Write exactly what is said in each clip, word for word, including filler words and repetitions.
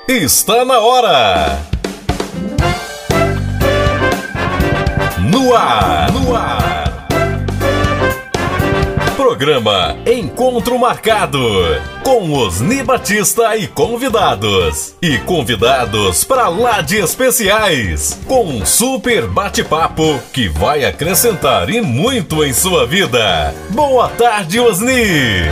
Está na hora! No ar, no ar! Programa Encontro Marcado, com Osni Batista e convidados. E convidados pra lá de especiais, com um super bate-papo que vai acrescentar e muito em sua vida. Boa tarde, Osni!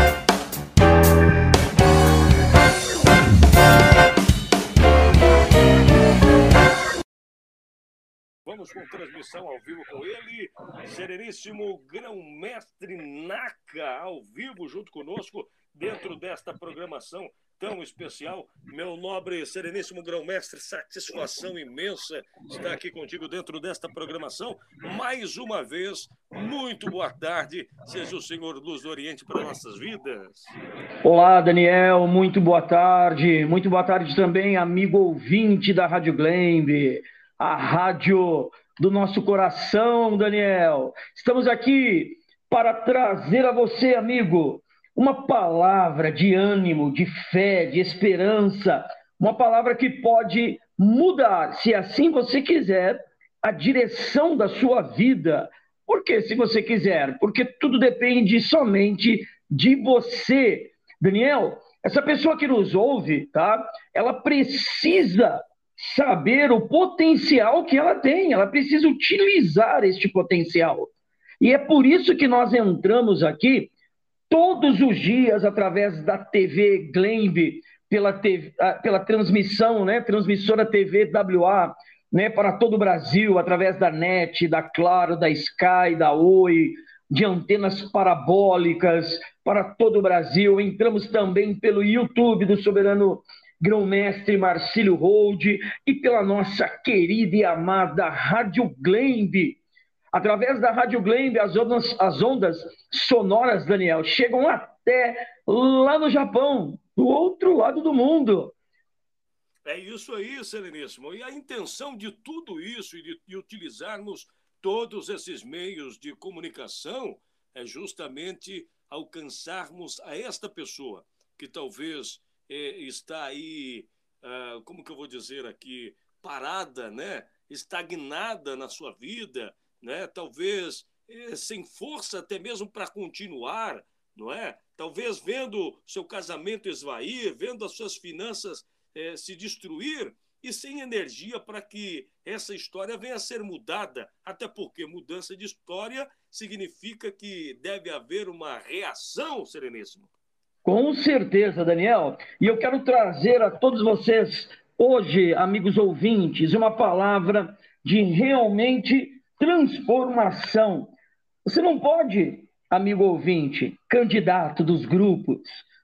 Vamos com transmissão ao vivo com ele, Sereníssimo Grão-Mestre Naka, ao vivo junto conosco, dentro desta programação tão especial. Meu nobre Sereníssimo Grão-Mestre, satisfação imensa estar aqui contigo dentro desta programação. Mais uma vez, muito boa tarde, seja o Senhor Luz do Oriente para nossas vidas. Olá, Daniel, muito boa tarde. Muito boa tarde também, amigo ouvinte da Rádio Glembe, a rádio do nosso coração, Daniel. Estamos aqui para trazer a você, amigo, uma palavra de ânimo, de fé, de esperança, uma palavra que pode mudar, se assim você quiser, a direção da sua vida. Por que se você quiser? Porque tudo depende somente de você. Daniel, essa pessoa que nos ouve, tá? Ela precisa saber o potencial que ela tem, ela precisa utilizar este potencial. E é por isso que nós entramos aqui todos os dias através da T V Glembe, pela, T V, pela transmissão, né, transmissora T V W A, né, para todo o Brasil, através da NET, da Claro, da Sky, da Oi, de antenas parabólicas para todo o Brasil. Entramos também pelo YouTube do Soberano Grão-Mestre Marcílio Hold e pela nossa querida e amada Rádio Glembe. Através da Rádio Glembe, as ondas, as ondas sonoras, Daniel, chegam até lá no Japão, do outro lado do mundo. É isso aí, Sereníssimo. E a intenção de tudo isso e de, de utilizarmos todos esses meios de comunicação é justamente alcançarmos a esta pessoa que talvez está aí, como que eu vou dizer aqui, parada, né? Estagnada na sua vida, né? Talvez sem força até mesmo para continuar, não é? Talvez vendo seu casamento esvair, vendo as suas finanças eh, se destruir e sem energia para que essa história venha a ser mudada, até porque mudança de história significa que deve haver uma reação, Sereníssimo. Com certeza, Daniel. E eu quero trazer a todos vocês hoje, amigos ouvintes, uma palavra de realmente transformação. Você não pode, amigo ouvinte, candidato dos grupos,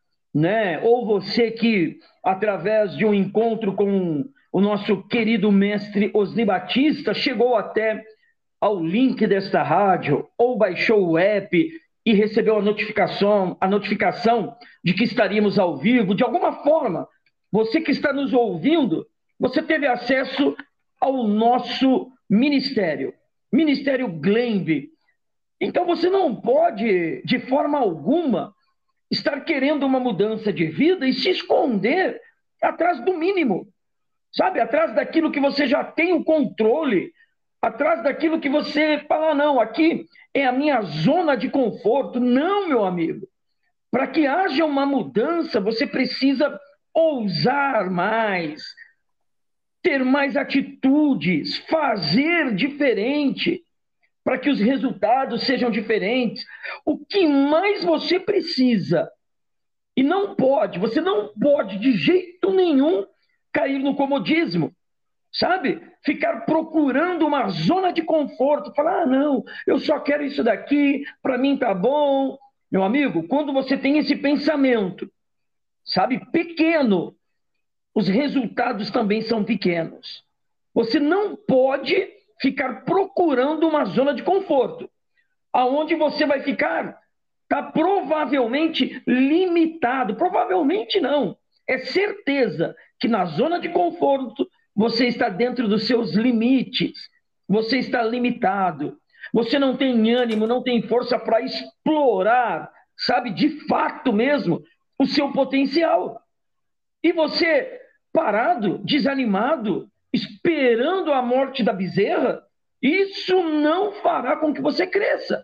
né? Ou você que, através de um encontro com o nosso querido mestre Osni Batista, chegou até ao link desta rádio, ou baixou o app e recebeu a notificação, a notificação de que estaríamos ao vivo. De alguma forma, você que está nos ouvindo, você teve acesso ao nosso ministério, Ministério Glembe. Então você não pode, de forma alguma, estar querendo uma mudança de vida e se esconder atrás do mínimo, sabe? Atrás daquilo que você já tem o controle, atrás daquilo que você fala, não, aqui é a minha zona de conforto. Não, meu amigo. Para que haja uma mudança, você precisa ousar mais, ter mais atitudes, fazer diferente, para que os resultados sejam diferentes. O que mais você precisa, e não pode, você não pode de jeito nenhum cair no comodismo, sabe? Ficar procurando uma zona de conforto, falar, ah, não, eu só quero isso daqui, para mim tá bom. Meu amigo, quando você tem esse pensamento, sabe, pequeno, os resultados também são pequenos. Você não pode ficar procurando uma zona de conforto. Aonde você vai ficar? Está provavelmente limitado. Provavelmente não. É certeza que na zona de conforto você está dentro dos seus limites. Você está limitado. Você não tem ânimo, não tem força para explorar, sabe, de fato mesmo, o seu potencial. E você parado, desanimado, esperando a morte da bezerra, isso não fará com que você cresça.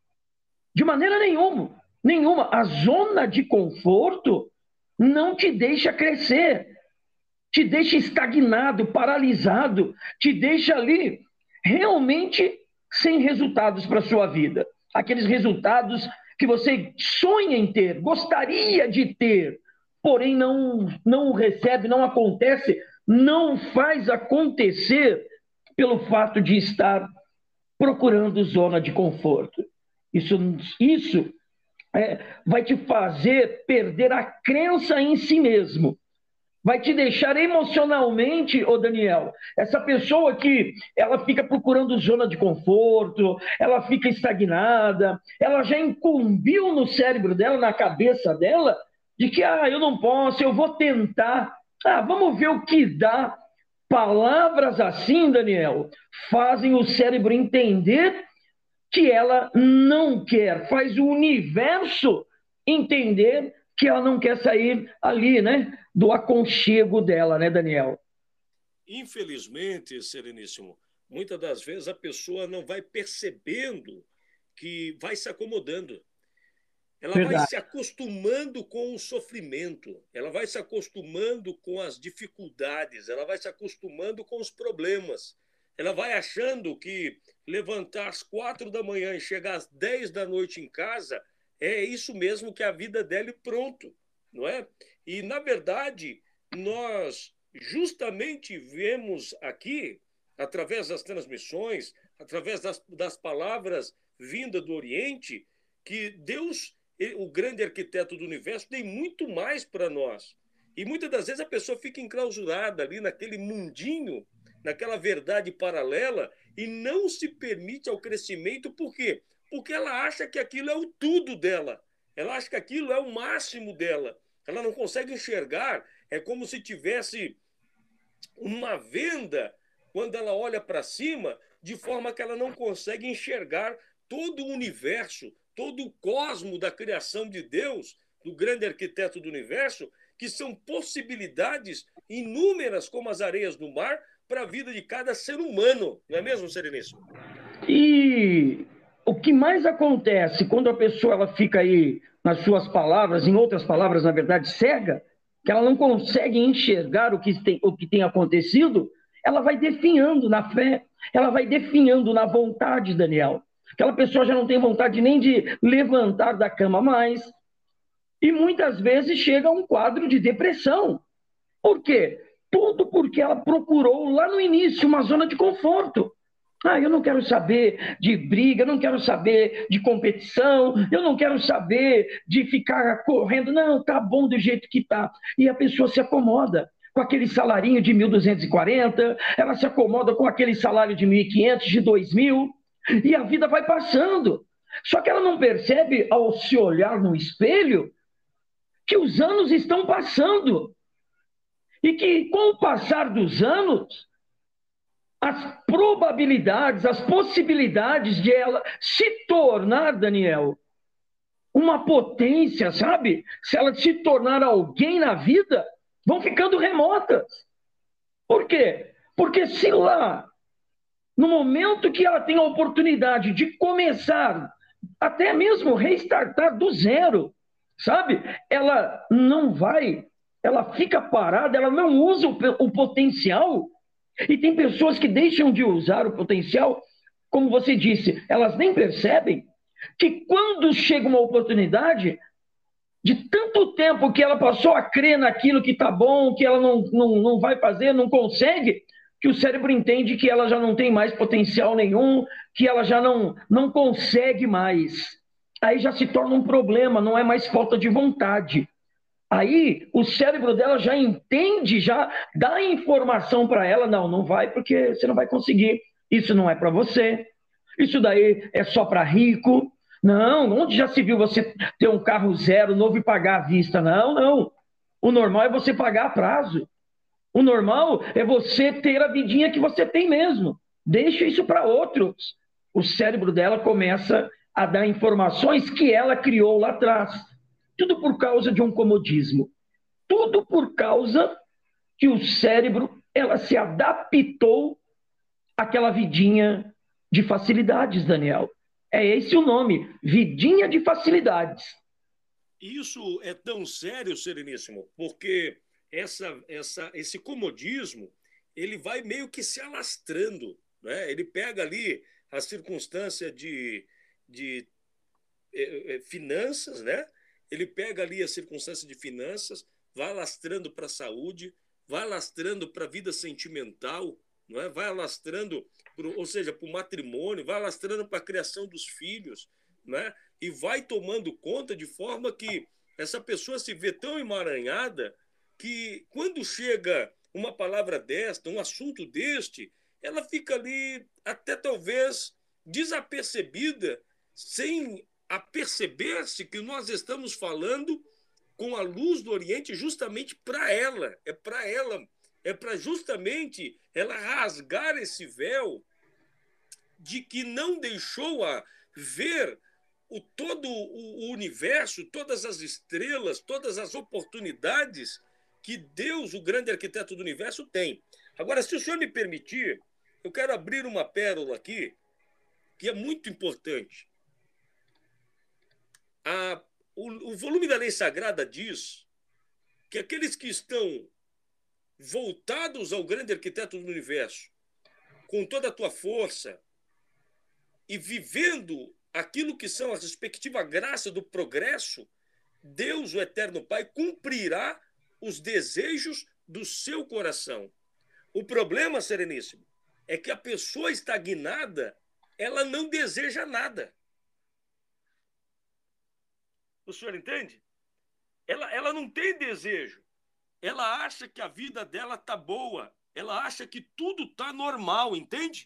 De maneira nenhuma, nenhuma. A zona de conforto não te deixa crescer, te deixa estagnado, paralisado, te deixa ali realmente sem resultados para a sua vida. Aqueles resultados que você sonha em ter, gostaria de ter, porém não, não recebe, não acontece, não faz acontecer pelo fato de estar procurando zona de conforto. Isso, isso é, vai te fazer perder a crença em si mesmo. Vai te deixar emocionalmente, ô Daniel, essa pessoa que ela fica procurando zona de conforto, ela fica estagnada, ela já incumbiu no cérebro dela, na cabeça dela, de que, ah, eu não posso, eu vou tentar, ah, vamos ver o que dá. Palavras assim, Daniel, fazem o cérebro entender que ela não quer, faz o universo entender que ela não quer sair ali, né, do aconchego dela, né, Daniel? Infelizmente, Sereníssimo, muitas das vezes a pessoa não vai percebendo que vai se acomodando. Ela Verdade. vai se acostumando com o sofrimento, ela vai se acostumando com as dificuldades, ela vai se acostumando com os problemas. Ela vai achando que levantar às quatro da manhã e chegar às dez da noite em casa é isso mesmo que é a vida dela e pronto, não é? E, na verdade, nós justamente vemos aqui, através das transmissões, através das, das palavras vindas do Oriente, que Deus, o grande arquiteto do universo, tem muito mais para nós. E muitas das vezes a pessoa fica enclausurada ali naquele mundinho, naquela verdade paralela, e não se permite ao crescimento. Por quê? Porque ela acha que aquilo é o tudo dela. Ela acha que aquilo é o máximo dela. Ela não consegue enxergar. É como se tivesse uma venda quando ela olha para cima, de forma que ela não consegue enxergar todo o universo, todo o cosmo da criação de Deus, do grande arquiteto do universo, que são possibilidades inúmeras como as areias do mar para a vida de cada ser humano. Não é mesmo, Sereníssimo? E o que mais acontece quando a pessoa ela fica aí, nas suas palavras, em outras palavras, na verdade, cega, que ela não consegue enxergar o que tem, o que tem acontecido, ela vai definhando na fé, ela vai definhando na vontade, Daniel. Aquela pessoa já não tem vontade nem de levantar da cama mais, e muitas vezes chega a um quadro de depressão. Por quê? Tudo porque ela procurou lá no início uma zona de conforto. Ah, eu não quero saber de briga, eu não quero saber de competição, eu não quero saber de ficar correndo. Não, tá bom do jeito que tá. E a pessoa se acomoda com aquele salarinho de mil duzentos e quarenta, ela se acomoda com aquele salário de mil e quinhentos, de dois mil, e a vida vai passando. Só que ela não percebe, ao se olhar no espelho, que os anos estão passando. E que, com o passar dos anos, as probabilidades, as possibilidades de ela se tornar, Daniel, uma potência, sabe? Se ela se tornar alguém na vida, vão ficando remotas. Por quê? Porque se lá, no momento que ela tem a oportunidade de começar, até mesmo restartar do zero, sabe? Ela não vai, ela fica parada, ela não usa o, o potencial. E tem pessoas que deixam de usar o potencial, como você disse, elas nem percebem que quando chega uma oportunidade, de tanto tempo que ela passou a crer naquilo que está bom, que ela não, não, não vai fazer, não consegue, que o cérebro entende que ela já não tem mais potencial nenhum, que ela já não, não consegue mais. Aí já se torna um problema, não é mais falta de vontade. Aí o cérebro dela já entende, já dá informação para ela, não, não vai porque você não vai conseguir, isso não é para você, isso daí é só para rico, não, onde já se viu você ter um carro zero, novo e pagar à vista? Não, não, o normal é você pagar a prazo, o normal é você ter a vidinha que você tem mesmo, deixa isso para outros. O cérebro dela começa a dar informações que ela criou lá atrás. Tudo por causa de um comodismo. Tudo por causa que o cérebro ela se adaptou àquela vidinha de facilidades, Daniel. É esse o nome, vidinha de facilidades. Isso é tão sério, Sereníssimo, porque essa, essa, esse comodismo ele vai meio que se alastrando, né? Ele pega ali a circunstância de, de é, é, finanças, né? Ele pega ali a circunstância de finanças, vai alastrando para a saúde, vai alastrando para a vida sentimental, não é? Vai alastrando, pro, ou seja, para o matrimônio, vai alastrando para a criação dos filhos, né? E vai tomando conta de forma que essa pessoa se vê tão emaranhada que quando chega uma palavra desta, um assunto deste, ela fica ali até talvez desapercebida, sem aperceber-se que nós estamos falando com a luz do Oriente justamente para ela, é para ela, é para justamente ela rasgar esse véu de que não deixou-a ver o, todo o universo, todas as estrelas, todas as oportunidades que Deus, o grande arquiteto do universo, tem. Agora, se o senhor me permitir, eu quero abrir uma pérola aqui, que é muito importante. A, o, o volume da Lei Sagrada diz que aqueles que estão voltados ao grande arquiteto do universo, com toda a tua força, e vivendo aquilo que são a respectiva graça do progresso, Deus, o Eterno Pai, cumprirá os desejos do seu coração. O problema, Sereníssimo, é que a pessoa estagnada, ela não deseja nada. O senhor entende? Ela, ela não tem desejo. Ela acha que a vida dela está boa. Ela acha que tudo está normal, entende?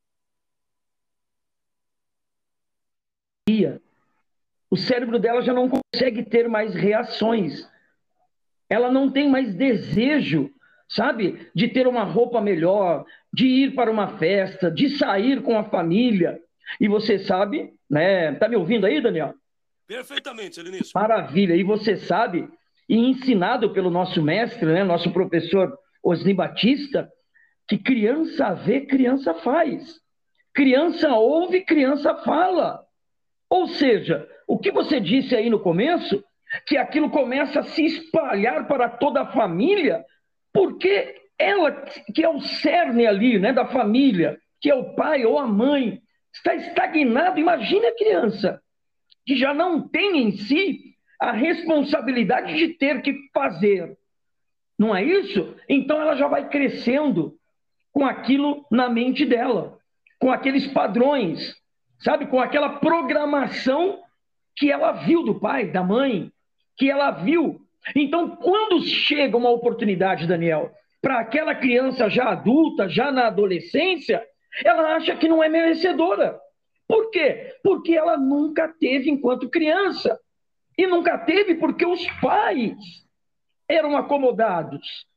O cérebro dela já não consegue ter mais reações. Ela não tem mais desejo, sabe? De ter uma roupa melhor, de ir para uma festa, de sair com a família. E você sabe, né? Tá me ouvindo aí, Daniel? Perfeitamente, Sereníssimo. Maravilha. E você sabe, e ensinado pelo nosso mestre, né? Nosso professor Osni Batista, que criança vê, criança faz. Criança ouve, criança fala. Ou seja, o que você disse aí no começo, que aquilo começa a se espalhar para toda a família, porque ela, que é o cerne ali, né, da família, que é o pai ou a mãe, está estagnado. Imagine a criança, que já não tem em si a responsabilidade de ter que fazer. Não é isso? Então ela já vai crescendo com aquilo na mente dela, com aqueles padrões, sabe? Com aquela programação que ela viu do pai, da mãe, que ela viu. Então, quando chega uma oportunidade, Daniel, para aquela criança já adulta, já na adolescência, ela acha que não é merecedora. Por quê? Porque ela nunca teve enquanto criança. E nunca teve porque os pais eram acomodados.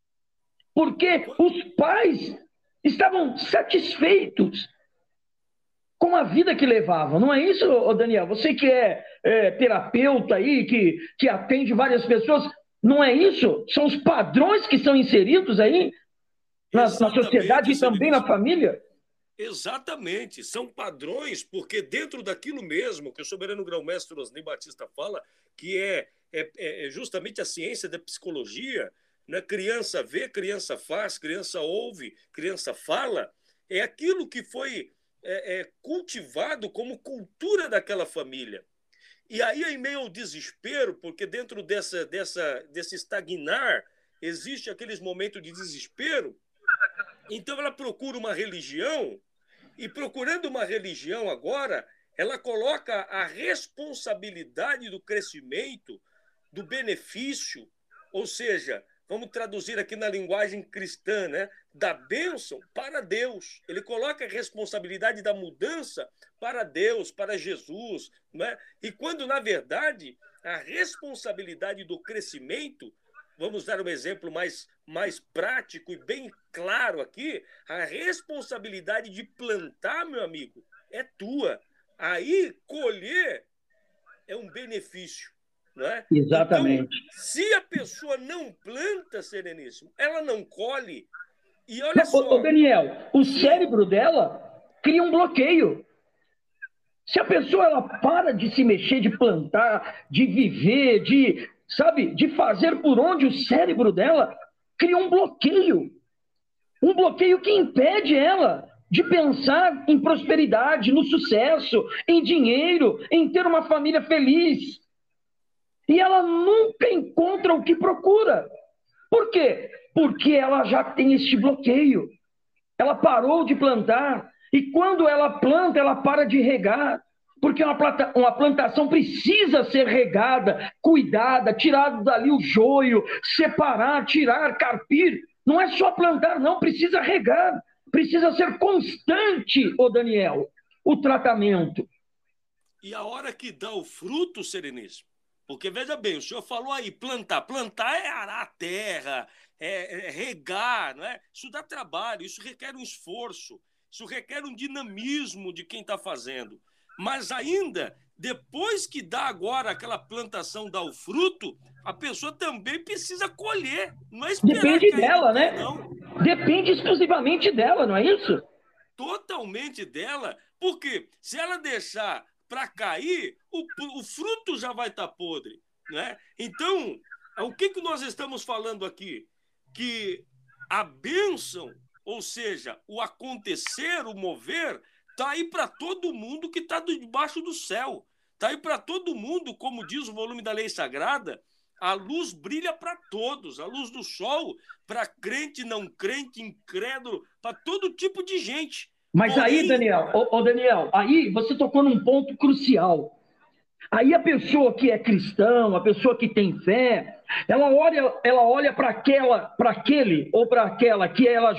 Porque os pais estavam satisfeitos com a vida que levavam. Não é isso, Daniel? Você que é, é terapeuta aí, que, que atende várias pessoas, não é isso? São os padrões que são inseridos aí na, na sociedade e também na família? Exatamente, são padrões, porque dentro daquilo mesmo que o soberano grão-mestre Osni Batista fala, que é, é, é justamente a ciência da psicologia, né? Criança vê, criança faz, criança ouve, criança fala, é aquilo que foi é, é, cultivado como cultura daquela família. E aí, em meio ao desespero, porque dentro dessa, dessa, desse estagnar existe aqueles momentos de desespero, então ela procura uma religião, e procurando uma religião agora, ela coloca a responsabilidade do crescimento, do benefício, ou seja, vamos traduzir aqui na linguagem cristã, né? Da bênção para Deus. Ele coloca a responsabilidade da mudança para Deus, para Jesus, né? E quando, na verdade, a responsabilidade do crescimento, vamos dar um exemplo mais, mais prático e bem claro aqui, a responsabilidade de plantar, meu amigo, é tua. Aí, colher é um benefício. Não é? Exatamente. Então, Se a pessoa não planta, Sereníssimo, ela não colhe. E olha só... Ô, Daniel, o cérebro dela cria um bloqueio. Se a pessoa ela para de se mexer, de plantar, de viver, de, sabe, de fazer por onde, o cérebro dela cria um bloqueio. Um bloqueio que impede ela de pensar em prosperidade, no sucesso, em dinheiro, em ter uma família feliz. E ela nunca encontra o que procura. Por quê? Porque ela já tem este bloqueio. Ela parou de plantar. E quando ela planta, ela para de regar. Porque uma, planta, uma plantação precisa ser regada, cuidada, tirar dali o joio, separar, tirar, carpir. Não é só plantar, não. Precisa regar. Precisa ser constante, ô Daniel, o tratamento. E a hora que dá o fruto, Sereníssimo, porque, veja bem, o senhor falou aí, plantar. Plantar é arar a terra, é, é regar, não é? Isso dá trabalho, isso requer um esforço, isso requer um dinamismo de quem está fazendo. Mas ainda, depois que dá agora aquela plantação, dá o fruto, a pessoa também precisa colher. Não é esperar Depende cair dela, no pé, né? não. Depende exclusivamente dela, não é isso? Totalmente dela, porque se ela deixar para cair, o, o fruto já vai estar podre, né? Então, o que, que nós estamos falando aqui? Que a bênção, ou seja, o acontecer, o mover, está aí para todo mundo que está debaixo do céu. Está aí para todo mundo, como diz o volume da Lei Sagrada, a luz brilha para todos, a luz do sol, para crente, não crente, incrédulo, para todo tipo de gente. Mas Porém... aí, Daniel, ô, ô Daniel, aí você tocou num ponto crucial. Aí a pessoa que é cristã, a pessoa que tem fé, ela olha, ela olha para aquela, para aquele ou para aquela que ela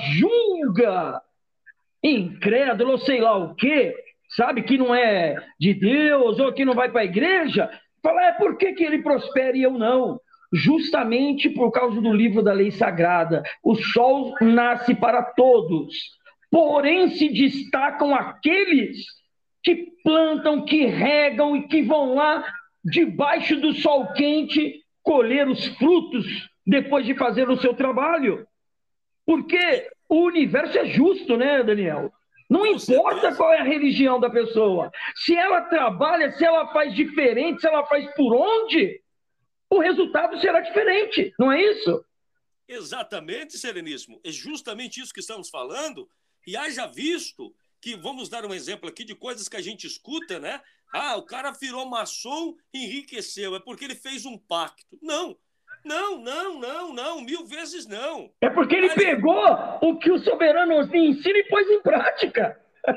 julga incrédulo, ou sei lá o quê, sabe, que não é de Deus ou que não vai para a igreja, fala, é por que que ele prospera e eu não? Justamente por causa do livro da Lei Sagrada. O sol nasce para todos, porém se destacam aqueles que plantam, que regam e que vão lá debaixo do sol quente colher os frutos depois de fazer o seu trabalho. Porque o universo é justo, né, Daniel? Não importa qual é a religião da pessoa. Se ela trabalha, se ela faz diferente, se ela faz por onde, o resultado será diferente, não é isso? Exatamente, Sereníssimo. É justamente isso que estamos falando. E haja visto que, vamos dar um exemplo aqui de coisas que a gente escuta, né? Ah, o cara virou maçom e enriqueceu. É porque ele fez um pacto. Não, não, não, não, não. Mil vezes não. É porque ele Aí... pegou o que o soberano nos ensina e pôs em prática.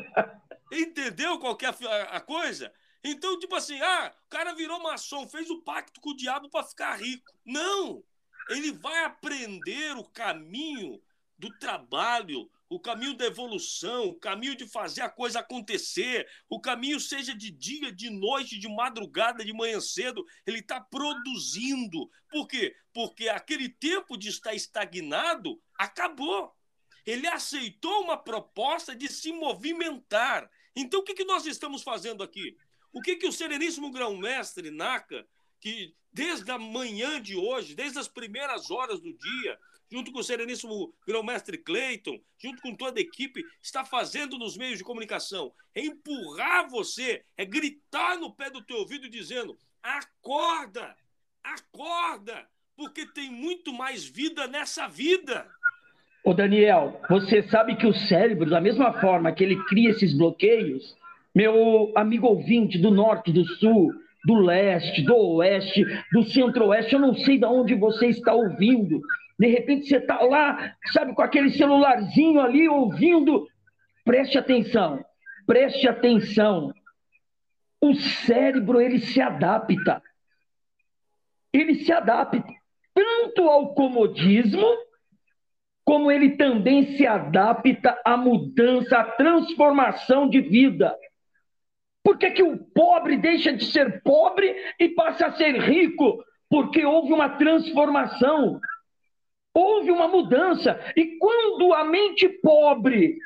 Entendeu qual que é a, a coisa? Então, tipo assim, ah, o cara virou maçom, fez o pacto com o diabo para ficar rico. Não! Ele vai aprender o caminho do trabalho, o caminho da evolução, o caminho de fazer a coisa acontecer, o caminho seja de dia, de noite, de madrugada, de manhã cedo, ele está produzindo. Por quê? Porque aquele tempo de estar estagnado acabou. Ele aceitou uma proposta de se movimentar. Então, o que, que nós estamos fazendo aqui? O que, que o Sereníssimo Grão-Mestre Naka, que desde a manhã de hoje, desde as primeiras horas do dia, junto com o Sereníssimo Grão-Mestre Cleiton, junto com toda a equipe, está fazendo nos meios de comunicação? É empurrar você, é gritar no pé do teu ouvido dizendo, acorda, acorda, porque tem muito mais vida nessa vida. Ô Daniel, você sabe que o cérebro, da mesma forma que ele cria esses bloqueios, meu amigo ouvinte do norte, do sul, do leste, do oeste, do centro-oeste, eu não sei de onde você está ouvindo. De repente você está lá, sabe, com aquele celularzinho ali ouvindo. Preste atenção, preste atenção. O cérebro, ele se adapta. Ele se adapta tanto ao comodismo, como ele também se adapta à mudança, à transformação de vida. Por que que o pobre deixa de ser pobre e passa a ser rico? Porque houve uma transformação, houve uma mudança. E quando a mente pobre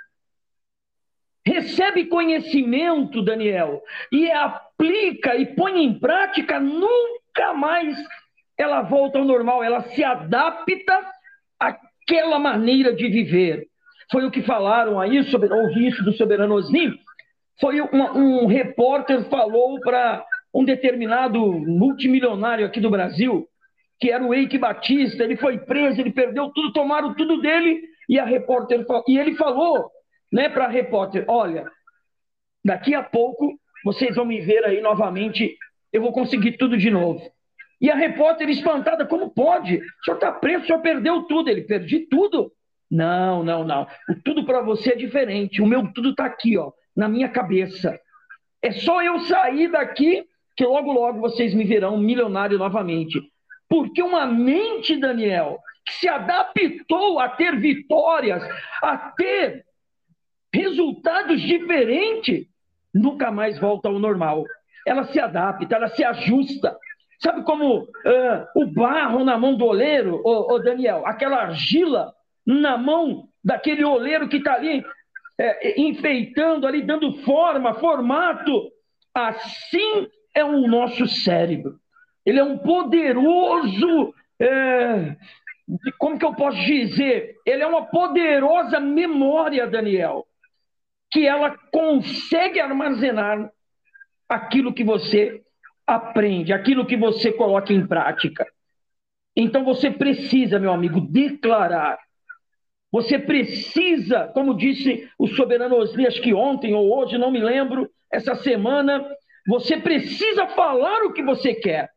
recebe conhecimento, Daniel, e aplica e põe em prática, nunca mais ela volta ao normal, ela se adapta àquela maneira de viver. Foi o que falaram aí, sobre, ouvi isso do Soberano Osni, foi uma, um repórter falou para um determinado multimilionário aqui do Brasil, que era o Eike Batista, ele foi preso, ele perdeu tudo, tomaram tudo dele, e a repórter e ele falou, né, para a repórter, olha, daqui a pouco vocês vão me ver aí novamente, eu vou conseguir tudo de novo. E a repórter espantada, como pode? O senhor está preso, o senhor perdeu tudo. Ele, perdi tudo? Não, não, não. O tudo para você é diferente. O meu tudo está aqui, ó, na minha cabeça. É só eu sair daqui que logo, logo vocês me verão milionário novamente. Porque uma mente, Daniel, que se adaptou a ter vitórias, a ter resultados diferentes, nunca mais volta ao normal. Ela se adapta, ela se ajusta. Sabe como uh, o barro na mão do oleiro, ô, ô Daniel, aquela argila na mão daquele oleiro que está ali é, enfeitando, ali dando forma, formato. Assim é o nosso cérebro. Ele é um poderoso, é, como que eu posso dizer? Ele é uma poderosa memória, Daniel, que ela consegue armazenar aquilo que você aprende, aquilo que você coloca em prática. Então você precisa, meu amigo, declarar. Você precisa, como disse o Soberano Osni, acho que ontem ou hoje, não me lembro, essa semana, você precisa falar o que você quer.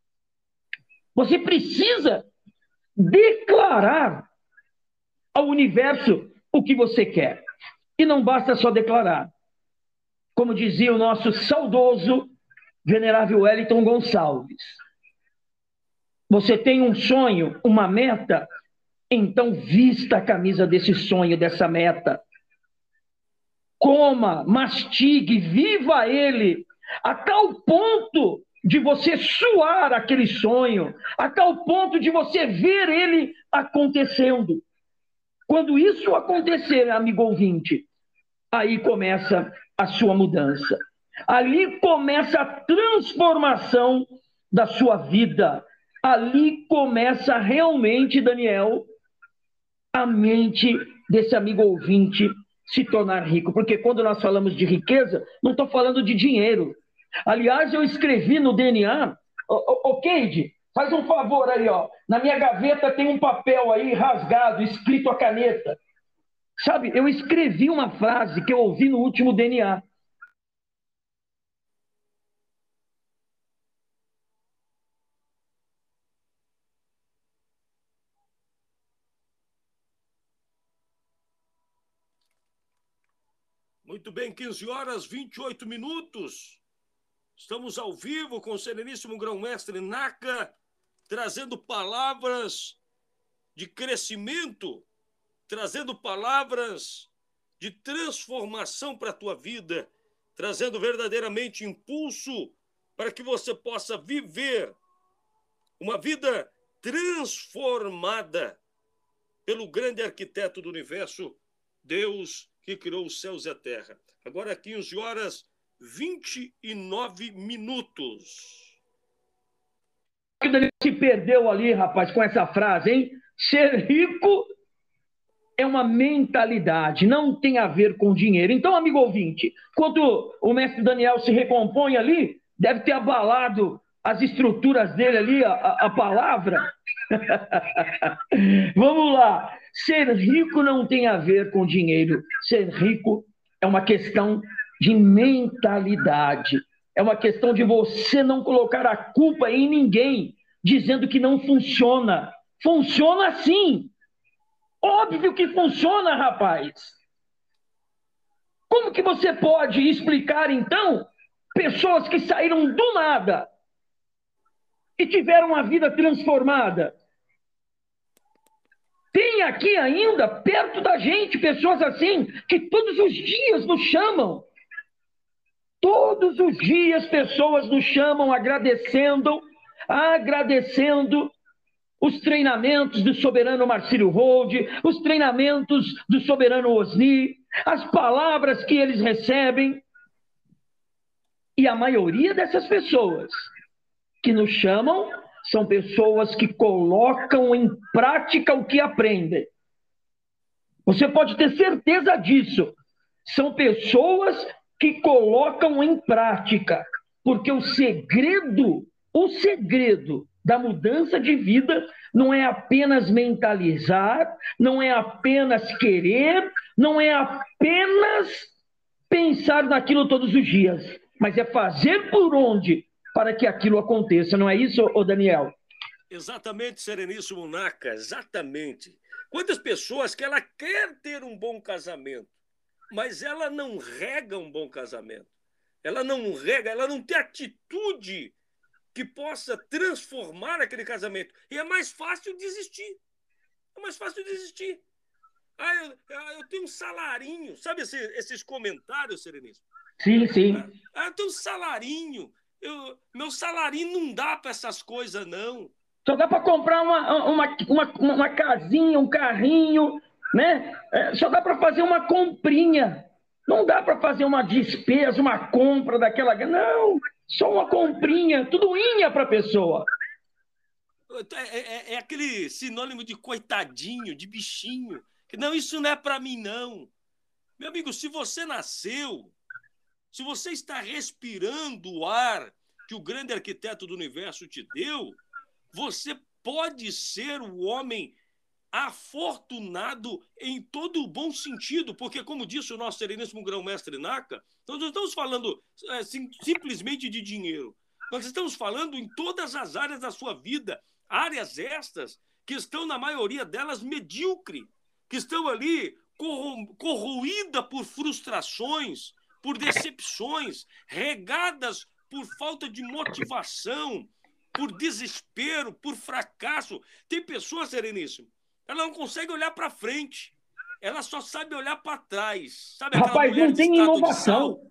Você precisa declarar ao universo o que você quer. E não basta só declarar. Como dizia o nosso saudoso venerável Wellington Gonçalves. Você tem um sonho, uma meta, então vista a camisa desse sonho, dessa meta. Coma, mastigue, viva ele, a tal ponto de você suar aquele sonho, a tal ponto de você ver ele acontecendo. Quando isso acontecer, amigo ouvinte, aí começa a sua mudança. Ali começa a transformação da sua vida. Ali começa realmente, Daniel, a mente desse amigo ouvinte se tornar rico. Porque quando nós falamos de riqueza, não estou falando de dinheiro. Aliás, eu escrevi no D N A, ô, ô, ô Keide, faz um favor aí, ó. Na minha gaveta tem um papel aí rasgado, escrito a caneta. Sabe, eu escrevi uma frase que eu ouvi no último D N A. Muito bem, quinze horas, vinte e oito minutos. Estamos ao vivo com o Sereníssimo Grão-Mestre Naka, trazendo palavras de crescimento, trazendo palavras de transformação para a tua vida, trazendo verdadeiramente impulso para que você possa viver uma vida transformada pelo grande arquiteto do universo, Deus, que criou os céus e a terra. Agora, quinze horas, vinte e nove minutos. Se perdeu ali, rapaz, com essa frase, hein? Ser rico é uma mentalidade, não tem a ver com dinheiro. Então, amigo ouvinte, quando o mestre Daniel se recompõe ali, deve ter abalado as estruturas dele ali, a, a palavra. Vamos lá. Ser rico não tem a ver com dinheiro. Ser rico é uma questão de mentalidade. É uma questão de você não colocar a culpa em ninguém, dizendo que não funciona. Funciona sim. Óbvio que funciona, rapaz. Como que você pode explicar, então, pessoas que saíram do nada e tiveram uma vida transformada? Tem aqui ainda, perto da gente, pessoas assim, que todos os dias nos chamam. Todos os dias pessoas nos chamam agradecendo, agradecendo os treinamentos do Soberano Marcílio Holdi, os treinamentos do Soberano Osni, as palavras que eles recebem. E a maioria dessas pessoas que nos chamam são pessoas que colocam em prática o que aprendem. Você pode ter certeza disso. São pessoas que colocam em prática, porque o segredo, o segredo da mudança de vida não é apenas mentalizar, não é apenas querer, não é apenas pensar naquilo todos os dias, mas é fazer por onde para que aquilo aconteça. Não é isso, ô Daniel? Exatamente, Sereníssimo Naka, exatamente. Quantas pessoas que ela quer ter um bom casamento, mas ela não rega um bom casamento. Ela não rega, ela não tem atitude que possa transformar aquele casamento. E é mais fácil desistir. É mais fácil desistir. Ah, eu, eu tenho um salarinho. Sabe esse, esses comentários, Sereníssimo? Sim, sim. Ah, eu tenho um salarinho. Eu, meu salarinho não dá para essas coisas, não. Só dá para comprar uma, uma, uma, uma casinha, um carrinho, né? É, só dá para fazer uma comprinha. Não dá para fazer uma despesa, uma compra daquela... Não, só uma comprinha, tudo inha para a pessoa. É, é, é aquele sinônimo de coitadinho, de bichinho. Não, isso não é para mim, não. Meu amigo, se você nasceu, se você está respirando o ar que o grande arquiteto do universo te deu, você pode ser o homem afortunado em todo o bom sentido, porque, como disse o nosso Sereníssimo Grão-Mestre Naka, nós não estamos falando é, sim, simplesmente de dinheiro. Nós estamos falando em todas as áreas da sua vida, áreas estas que estão, na maioria delas, medíocre, que estão ali corro corroídas por frustrações, por decepções, regadas por falta de motivação, por desespero, por fracasso. Tem pessoas, Sereníssimo, ela não consegue olhar para frente. Ela só sabe olhar para trás. Sabe aquela Rapaz, mulher não de tem estado de inovação. sal?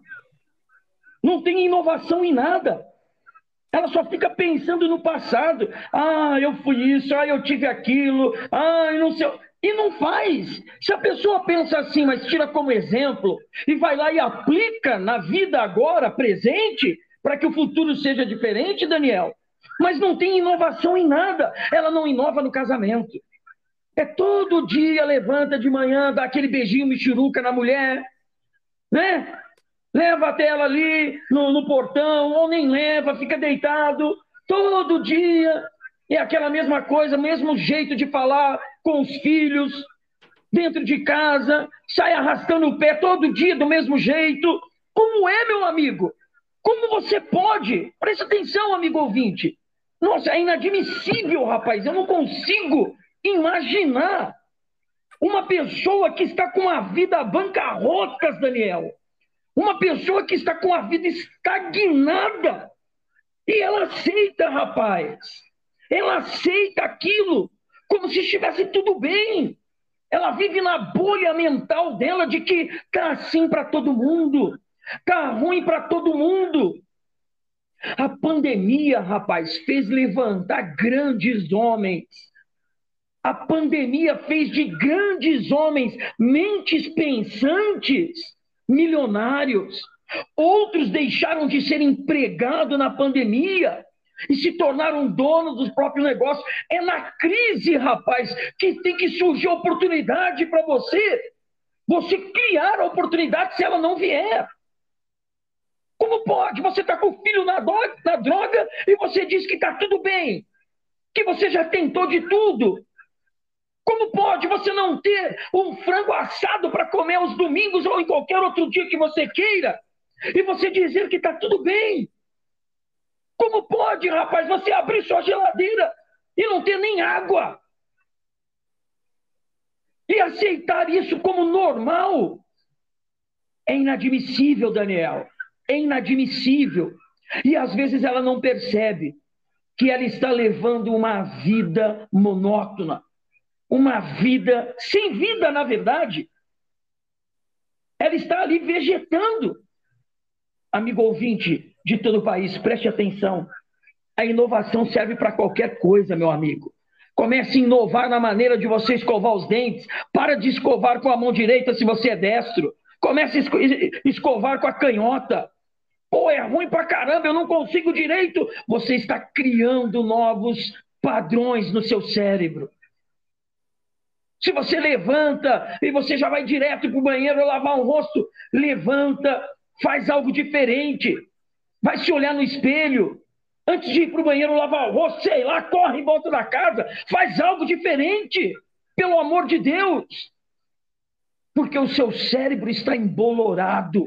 Não tem inovação em nada. Ela só fica pensando no passado. Ah, eu fui isso, ah, eu tive aquilo, ah, eu não sei... E não faz. Se a pessoa pensa assim, mas tira como exemplo, e vai lá e aplica na vida agora, presente, para que o futuro seja diferente, Daniel, mas não tem inovação em nada. Ela não inova no casamento. É todo dia, levanta de manhã, dá aquele beijinho michuruca na mulher, né? Leva até ela ali no, no portão, ou nem leva, fica deitado, todo dia. É aquela mesma coisa, mesmo jeito de falar com os filhos, dentro de casa, sai arrastando o pé todo dia do mesmo jeito. Como é, meu amigo? Como você pode? Presta atenção, amigo ouvinte. Nossa, é inadmissível, rapaz. Eu não consigo imaginar uma pessoa que está com a vida a bancarrotas, Daniel. Uma pessoa que está com a vida estagnada. E ela aceita, rapaz. Ela aceita aquilo como se estivesse tudo bem. Ela vive na bolha mental dela de que tá assim para todo mundo. Tá ruim para todo mundo. A pandemia, rapaz, fez levantar grandes homens. A pandemia fez de grandes homens, mentes pensantes, milionários. Outros deixaram de ser empregados na pandemia e se tornaram donos dos próprios negócios. É na crise, rapaz, que tem que surgir oportunidade para você. Você criar a oportunidade se ela não vier. Como pode? Você está com o filho na droga, na droga e você diz que está tudo bem, que você já tentou de tudo. Como pode você não ter um frango assado para comer aos domingos ou em qualquer outro dia que você queira e você dizer que está tudo bem? Como pode, rapaz, você abrir sua geladeira e não ter nem água? E aceitar isso como normal? É inadmissível, Daniel. É inadmissível. E às vezes ela não percebe que ela está levando uma vida monótona. Uma vida sem vida, na verdade. Ela está ali vegetando. Amigo ouvinte de todo o país, preste atenção. A inovação serve para qualquer coisa, meu amigo. Comece a inovar na maneira de você escovar os dentes. Para de escovar com a mão direita se você é destro. Comece a escovar com a canhota. Pô, é ruim pra caramba, eu não consigo direito. Você está criando novos padrões no seu cérebro. Se você levanta e você já vai direto para o banheiro lavar o rosto, levanta, faz algo diferente. Vai se olhar no espelho. Antes de ir para o banheiro lavar o rosto, sei lá, corre em volta da casa, faz algo diferente. Pelo amor de Deus. Porque o seu cérebro está embolorado.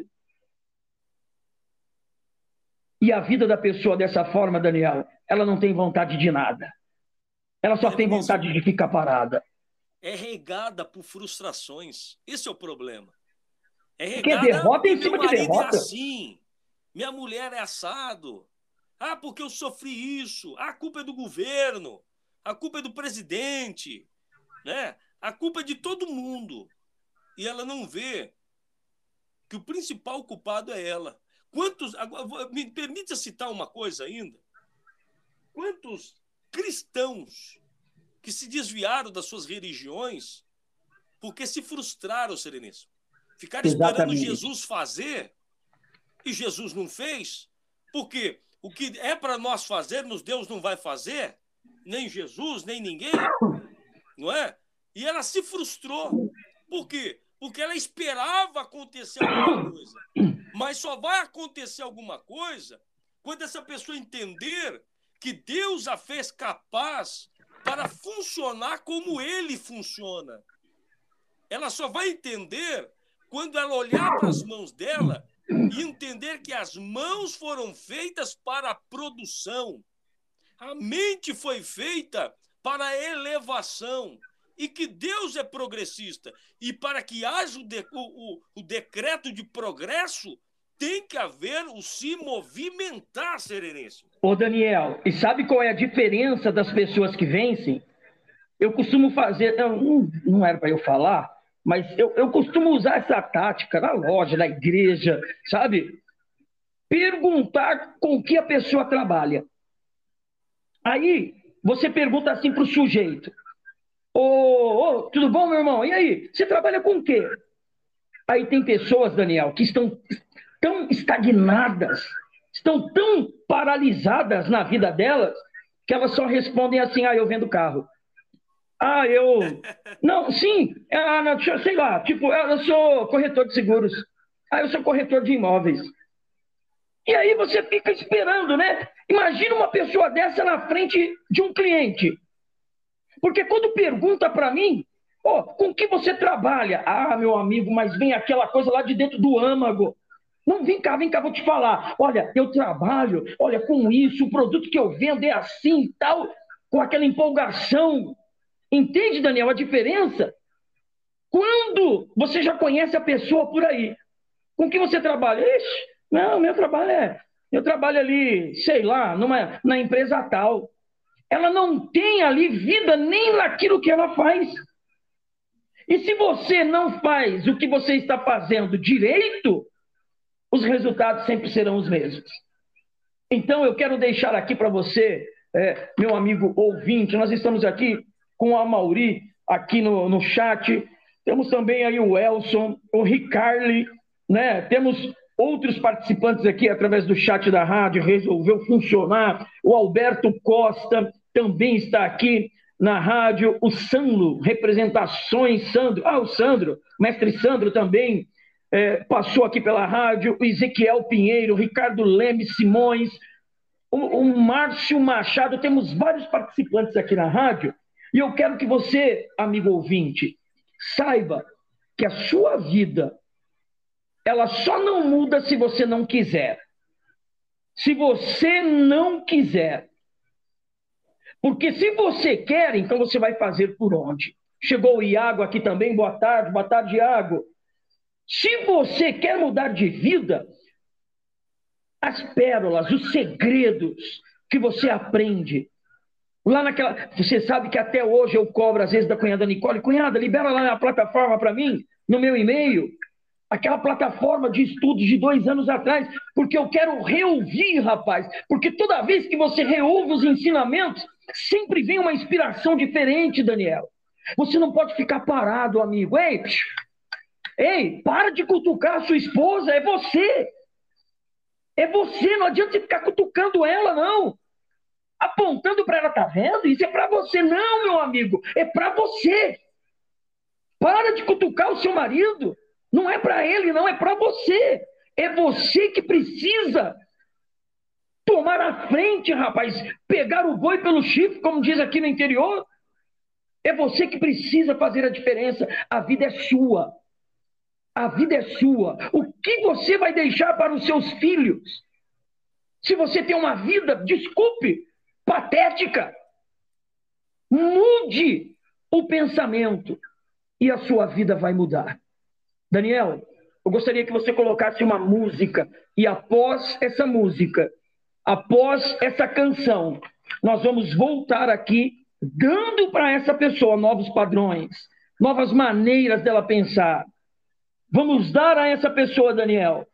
E a vida da pessoa dessa forma, Daniel, ela não tem vontade de nada. Ela só tem vontade de ficar parada. É regada por frustrações. Esse é o problema. É Porque regada derrota em porque cima meu de marido derrota. é assim, minha mulher é assado. Ah, porque eu sofri isso. Ah, a culpa é do governo. A culpa é do presidente. Né? A culpa é de todo mundo. E ela não vê que o principal culpado é ela. Quantos... Agora, me permita citar uma coisa ainda. Quantos cristãos que se desviaram das suas religiões porque se frustraram, Sereníssimo. Ficaram esperando Exatamente. Jesus fazer e Jesus não fez, porque o que é para nós fazermos, Deus não vai fazer, nem Jesus, nem ninguém, não é? E ela se frustrou. Por quê? Porque ela esperava acontecer alguma coisa. Mas só vai acontecer alguma coisa quando essa pessoa entender que Deus a fez capaz para funcionar como ele funciona. Ela só vai entender quando ela olhar para as mãos dela e entender que as mãos foram feitas para a produção. A mente foi feita para a elevação. E que Deus é progressista. E para que haja o, de, o, o decreto de progresso, tem que haver o se movimentar, Sereníssimo. Ô, Daniel, e sabe qual é a diferença das pessoas que vencem? Eu costumo fazer, não, não era para eu falar, mas eu, eu costumo usar essa tática na loja, na igreja, sabe? Perguntar com que a pessoa trabalha. Aí, você pergunta assim para o sujeito: Ô, ô, tudo bom, meu irmão? E aí, você trabalha com o quê? Aí tem pessoas, Daniel, que estão tão estagnadas, estão tão paralisadas na vida delas, que elas só respondem assim: ah, eu vendo carro. Ah, eu... Não, sim, ah, não, sei lá, tipo, eu sou corretor de seguros. Ah, eu sou corretor de imóveis. E aí você fica esperando, né? Imagina uma pessoa dessa na frente de um cliente. Porque quando pergunta para mim, oh, com que você trabalha? Ah, meu amigo, mas vem aquela coisa lá de dentro do âmago. Não, vem cá, vem cá, vou te falar. Olha, eu trabalho, olha, com isso, o produto que eu vendo é assim e tal, com aquela empolgação. Entende, Daniel, a diferença? Quando você já conhece a pessoa por aí, com que você trabalha? Ixi, não, meu trabalho é... Eu trabalho ali, sei lá, numa, na empresa tal. Ela não tem ali vida nem naquilo que ela faz. E se você não faz o que você está fazendo direito, os resultados sempre serão os mesmos. Então, eu quero deixar aqui para você, é, meu amigo ouvinte, nós estamos aqui com a Mauri, aqui no, no chat, temos também aí o Elson, o Ricarli, né? Temos outros participantes aqui através do chat da rádio, resolveu funcionar, o Alberto Costa também está aqui na rádio, o Sandro, representações, Sandro, ah, o Sandro, mestre Sandro também é, passou aqui pela rádio, o Ezequiel Pinheiro, Ricardo Leme Simões, o, o Márcio Machado, temos vários participantes aqui na rádio, e eu quero que você, amigo ouvinte, saiba que a sua vida, ela só não muda se você não quiser. Se você não quiser. Porque se você quer, então você vai fazer por onde? Chegou o Iago aqui também, boa tarde, boa tarde, Iago. Se você quer mudar de vida, as pérolas, os segredos que você aprende, lá naquela... Você sabe que até hoje eu cobro, às vezes, da cunhada Nicole, cunhada, libera lá na plataforma para mim, no meu e-mail, aquela plataforma de estudos de dois anos atrás, porque eu quero reouvir, rapaz, porque toda vez que você reouve os ensinamentos, sempre vem uma inspiração diferente, Daniel. Você não pode ficar parado, amigo. Ei, ei, para de cutucar a sua esposa, é você. É você, não adianta você ficar cutucando ela, não. Apontando para ela, tá vendo? Isso é para você. Não, meu amigo, é para você. Para de cutucar o seu marido. Não é para ele, não, é para você. É você que precisa tomar a frente, rapaz. Pegar o boi pelo chifre, como diz aqui no interior. É você que precisa fazer a diferença. A vida é sua. A vida é sua. O que você vai deixar para os seus filhos? Se você tem uma vida, desculpe, patética, mude o pensamento e a sua vida vai mudar. Daniel, eu gostaria que você colocasse uma música e após essa música, após essa canção, nós vamos voltar aqui dando para essa pessoa novos padrões, novas maneiras dela pensar. Vamos dar a essa pessoa, Daniel,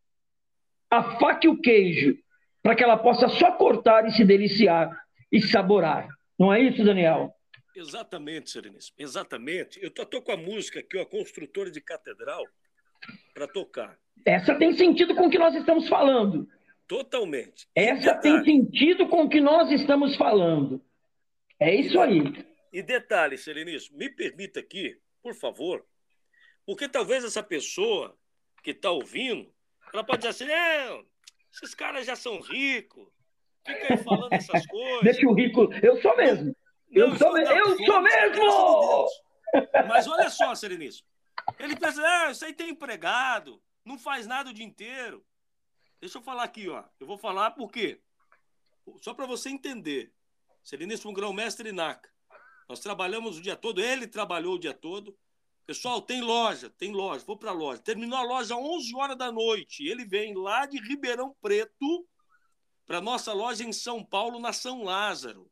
a faca e o queijo, para que ela possa só cortar e se deliciar e saborar. Não é isso, Daniel? Exatamente, Sereníssimo. Exatamente. Eu estou com a música aqui, a Construtora de Catedral, para tocar. Essa tem sentido com o que nós estamos falando. Totalmente. Essa tem sentido com o que nós estamos falando. É isso aí. E detalhe, Sereníssimo, me permita aqui, por favor, porque talvez essa pessoa que está ouvindo, ela pode dizer assim, não, esses caras já são ricos, fica aí falando essas coisas. Deixa o rico... Eu sou mesmo. Eu, não, sou, me... eu sou mesmo! Mas olha só, Sereníssimo. Ele pensa, ah, isso aí tem empregado, não faz nada o dia inteiro. Deixa eu falar aqui, ó. Eu vou falar por quê? Só para você entender. Sereníssimo Grão-Mestre Naka. Nós trabalhamos o dia todo, ele trabalhou o dia todo. Pessoal, tem loja, tem loja, vou para a loja. Terminou a loja às onze horas da noite. Ele vem lá de Ribeirão Preto para nossa loja em São Paulo, na São Lázaro.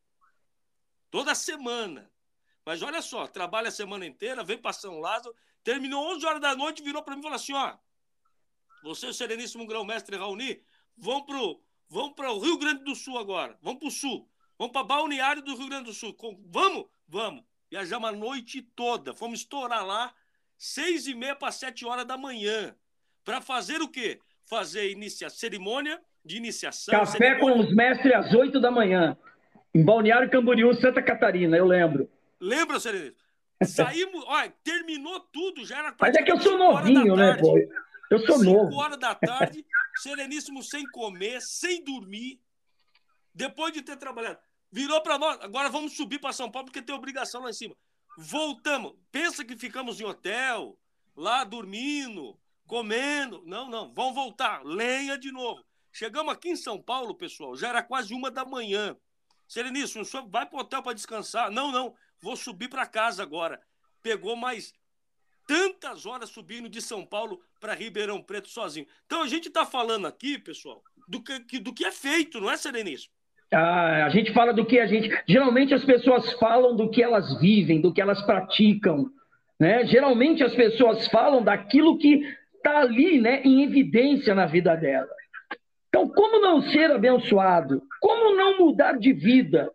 Toda semana. Mas olha só, trabalha a semana inteira, vem para São Lázaro, terminou onze horas da noite, virou para mim e falou assim, ó, você e o Sereníssimo Grão-Mestre Raoni vão para vão o Rio Grande do Sul agora, vão para o Sul, vão para Balneário do Rio Grande do Sul. Vamos? Vamos. Viajamos a noite toda, fomos estourar lá, seis e meia para sete horas da manhã, para fazer o quê? Fazer inicia... cerimônia de iniciação. Café cerimônia... com os mestres às oito da manhã, em Balneário Camboriú, Santa Catarina, eu lembro. Lembra, Sereníssimo? Saímos, olha, terminou tudo, já era... Mas é que eu sou novinho, né, pô? Eu sou cinco novo. cinco horas da tarde, Sereníssimo sem comer, sem dormir, depois de ter trabalhado. Virou para nós, agora vamos subir para São Paulo porque tem obrigação lá em cima. Voltamos. Pensa que ficamos em hotel, lá dormindo, comendo. Não, não, vamos voltar. Lenha de novo. Chegamos aqui em São Paulo, pessoal, já era quase uma da manhã. Sereníssimo, o senhor vai para o hotel para descansar? Não, não, vou subir para casa agora. Pegou mais tantas horas subindo de São Paulo para Ribeirão Preto sozinho. Então a gente está falando aqui, pessoal, do que, do que é feito, não é, Sereníssimo? Ah, a gente fala do que a gente... Geralmente as pessoas falam do que elas vivem, do que elas praticam, né? Geralmente as pessoas falam daquilo que está ali, né, em evidência na vida dela. Então, como não ser abençoado? Como não mudar de vida?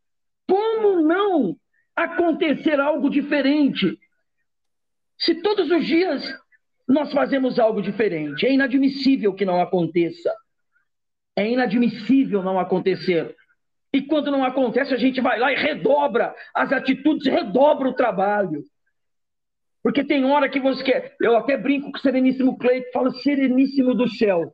Como não acontecer algo diferente? Se todos os dias nós fazemos algo diferente, é inadmissível que não aconteça. É inadmissível não acontecer. E quando não acontece, a gente vai lá e redobra as atitudes, redobra o trabalho. Porque tem hora que você quer... Eu até brinco com o Sereníssimo Cleito, falo, Sereníssimo do céu.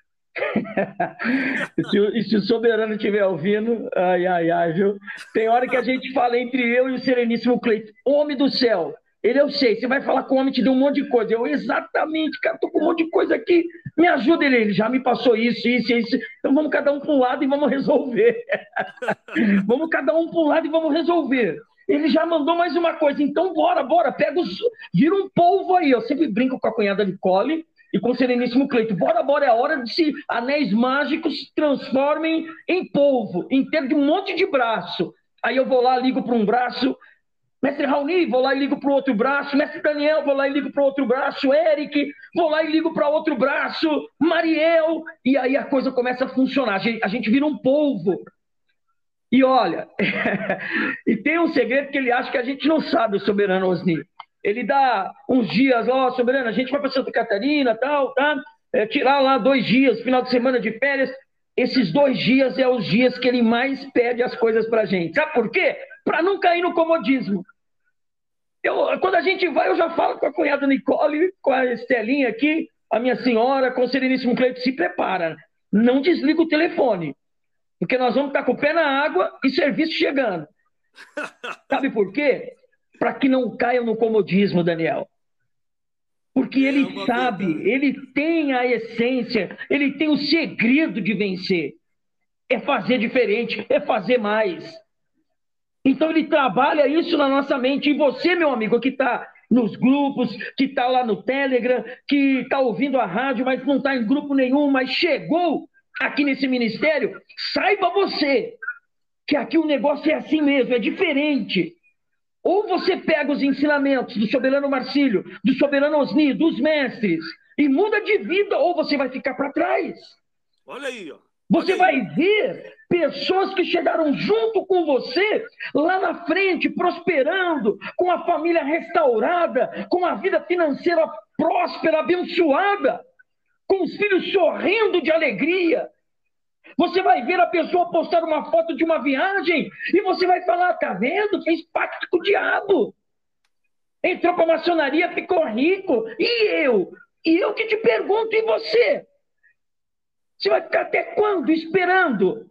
E se o Soberano estiver ouvindo, ai, ai, ai, viu? Tem hora que a gente fala entre eu e o Sereníssimo Cleito, homem do céu. Ele, eu sei, você vai falar com o homem, te deu um monte de coisa. Eu, exatamente, cara, tô com um monte de coisa aqui. Me ajuda, ele, ele já me passou isso, isso, isso. Então vamos cada um para um lado e vamos resolver. Vamos cada um para um lado e vamos resolver. Ele já mandou mais uma coisa, então bora, bora, pega os... Vira um polvo aí. Eu sempre brinco com a cunhada Nicole e com o Sereníssimo Cleito. Bora, bora, é hora de se anéis mágicos se transformem em polvo, em termos de um monte de braço. Aí eu vou lá, ligo para um braço... Mestre Raoni, vou lá e ligo para o outro braço. Mestre Daniel, vou lá e ligo para o outro braço. Eric, vou lá e ligo para outro braço. Mariel. E aí a coisa começa a funcionar. A gente, a gente vira um polvo. E olha, e tem um segredo que ele acha que a gente não sabe, o Soberano Osni. Ele dá uns dias, ó, oh, Soberano, a gente vai para Santa Catarina, tal, tá? é, tirar lá dois dias, final de semana de férias. Esses dois dias é os dias que ele mais pede as coisas para a gente. Sabe por quê? Para não cair no comodismo. Eu, quando a gente vai, eu já falo com a cunhada Nicole, com a Estelinha aqui, a minha senhora, com o Sereníssimo Cleito, se prepara. Não desliga o telefone, porque nós vamos estar com o pé na água e serviço chegando. Sabe por quê? Para que não caia no comodismo, Daniel. Porque ele É sabe, verdade. ele tem a essência, ele tem o segredo de vencer. É fazer diferente, é fazer mais. Então ele trabalha isso na nossa mente. E você, meu amigo, que está nos grupos, que está lá no Telegram, que está ouvindo a rádio, mas não está em grupo nenhum, mas chegou aqui nesse ministério, saiba você que aqui o negócio é assim mesmo, é diferente. Ou você pega os ensinamentos do soberano Marcílio, do soberano Osni, dos mestres, e muda de vida, ou você vai ficar para trás. Olha aí, ó. Você Olha vai aí. ver pessoas que chegaram junto com você, lá na frente, prosperando, com a família restaurada, com a vida financeira próspera, abençoada, com os filhos sorrindo de alegria. Você vai ver a pessoa postar uma foto de uma viagem e você vai falar, tá vendo? Fez pacto com o diabo. Entrou para a maçonaria, ficou rico. E eu? E eu que te pergunto, e você? Você vai ficar até quando esperando?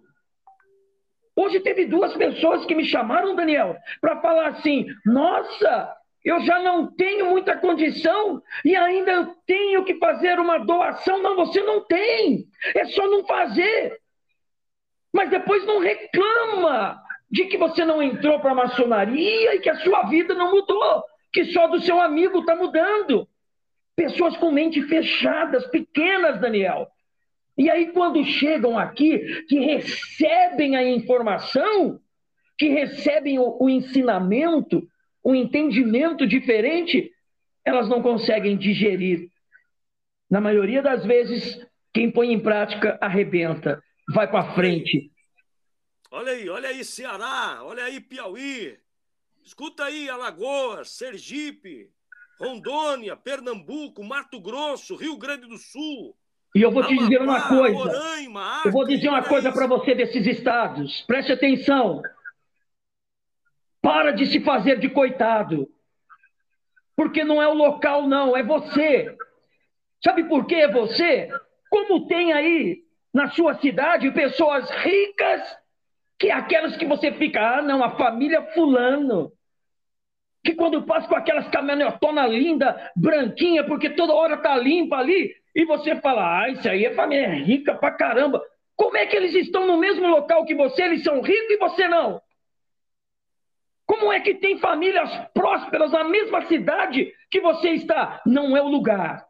Hoje teve duas pessoas que me chamaram, Daniel, para falar assim, nossa, eu já não tenho muita condição e ainda eu tenho que fazer uma doação. Não, você não tem. É só não fazer. Mas depois não reclama de que você não entrou para a maçonaria e que a sua vida não mudou, que só do seu amigo está mudando. Pessoas com mente fechadas, pequenas, Daniel. E aí quando chegam aqui, que recebem a informação, que recebem o, o ensinamento, o entendimento diferente, elas não conseguem digerir. Na maioria das vezes, quem põe em prática arrebenta. Vai para frente. Olha aí, olha aí, Ceará, olha aí, Piauí. Escuta aí, Alagoas, Sergipe, Rondônia, Pernambuco, Mato Grosso, Rio Grande do Sul. E eu vou te Amapá, dizer uma coisa. Roraima, Acre, eu vou dizer uma coisa para você desses estados. Preste atenção. Para de se fazer de coitado. Porque não é o local, não, é você. Sabe por que é você? Como tem aí na sua cidade pessoas ricas, que é aquelas que você fica, ah, não, a família fulano, que quando passa com aquelas caminhotonas lindas, branquinha, porque toda hora tá limpa ali, e você fala, ah, isso aí é família rica pra caramba. Como é que eles estão no mesmo local que você, eles são ricos e você não? Como é que tem famílias prósperas na mesma cidade que você está? Não é o lugar.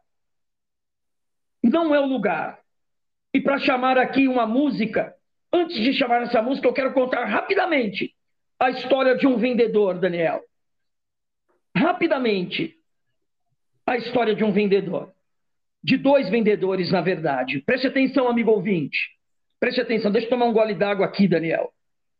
Não é o lugar. E para chamar aqui uma música, antes de chamar essa música, eu quero contar rapidamente a história de um vendedor, Daniel. Rapidamente, a história de um vendedor. De dois vendedores, na verdade. Preste atenção, amigo ouvinte. Preste atenção, deixa eu tomar um gole d'água aqui, Daniel.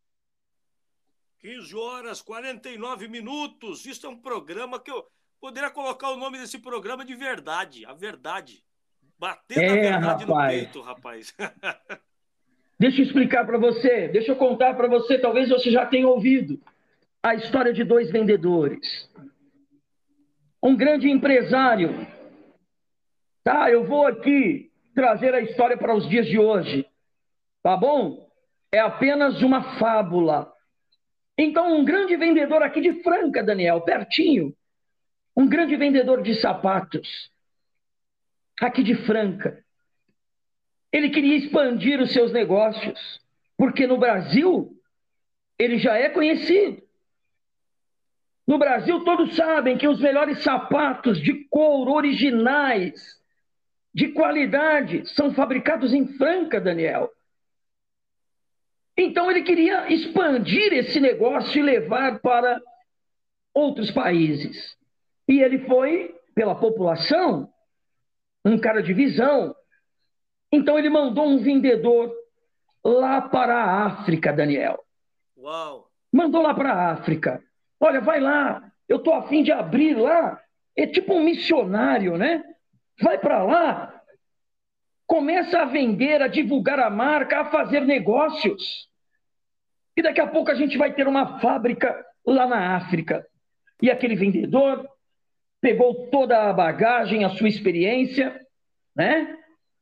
quinze horas, quarenta e nove minutos. Isso é um programa que eu poderia colocar o nome desse programa de verdade. A verdade. Bater na É, verdade no rapaz. peito, rapaz. Deixa eu explicar para você, deixa eu contar para você, talvez você já tenha ouvido a história de dois vendedores. Um grande empresário. Tá, eu vou aqui trazer a história para os dias de hoje. Tá bom? É apenas uma fábula. Então, um grande vendedor aqui de Franca, Daniel, pertinho. Um grande vendedor de sapatos. Aqui de Franca. Ele queria expandir os seus negócios, porque no Brasil ele já é conhecido. No Brasil todos sabem que os melhores sapatos de couro originais, de qualidade, são fabricados em Franca, Daniel. Então ele queria expandir esse negócio e levar para outros países. E ele foi, pela população, um cara de visão. Então ele mandou um vendedor lá para a África, Daniel. Uau! Mandou lá para a África. Olha, vai lá, eu estou a fim de abrir lá. É tipo um missionário, né? Vai para lá começa a vender, a divulgar a marca, a fazer negócios. E daqui a pouco a gente vai ter uma fábrica lá na África. E aquele vendedor pegou toda a bagagem, a sua experiência, né?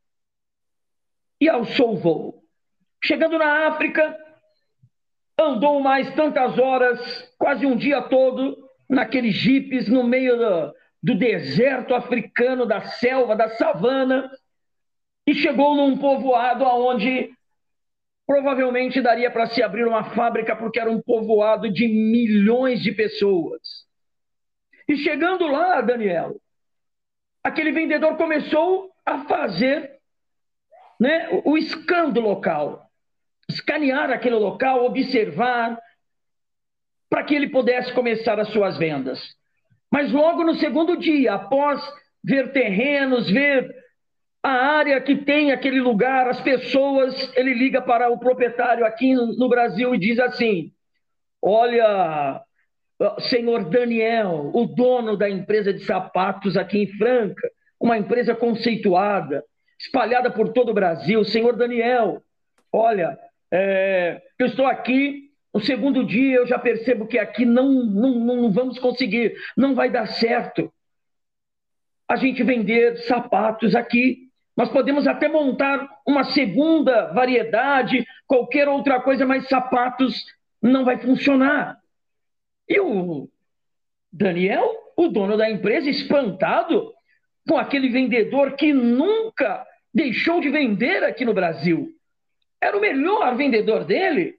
E alçou o voo. Chegando na África, andou mais tantas horas, quase um dia todo, naqueles jipes no meio do, do deserto africano, da selva, da savana, e chegou num povoado onde provavelmente daria para se abrir uma fábrica, porque era um povoado de milhões de pessoas. E chegando lá, Daniel, aquele vendedor começou a fazer, né, o, o scan do local, escanear aquele local, observar, para que ele pudesse começar as suas vendas. Mas logo no segundo dia, após ver terrenos, ver a área que tem aquele lugar, as pessoas, ele liga para o proprietário aqui no Brasil e diz assim: olha, senhor Daniel, o dono da empresa de sapatos aqui em Franca, uma empresa conceituada, espalhada por todo o Brasil, senhor Daniel, olha, é, eu estou aqui, no segundo dia eu já percebo que aqui não, não, não vamos conseguir, não vai dar certo a gente vender sapatos aqui. Nós podemos até montar uma segunda variedade, qualquer outra coisa, mas sapatos não vai funcionar. E o Daniel, o dono da empresa, espantado com aquele vendedor que nunca deixou de vender aqui no Brasil. Era o melhor vendedor dele.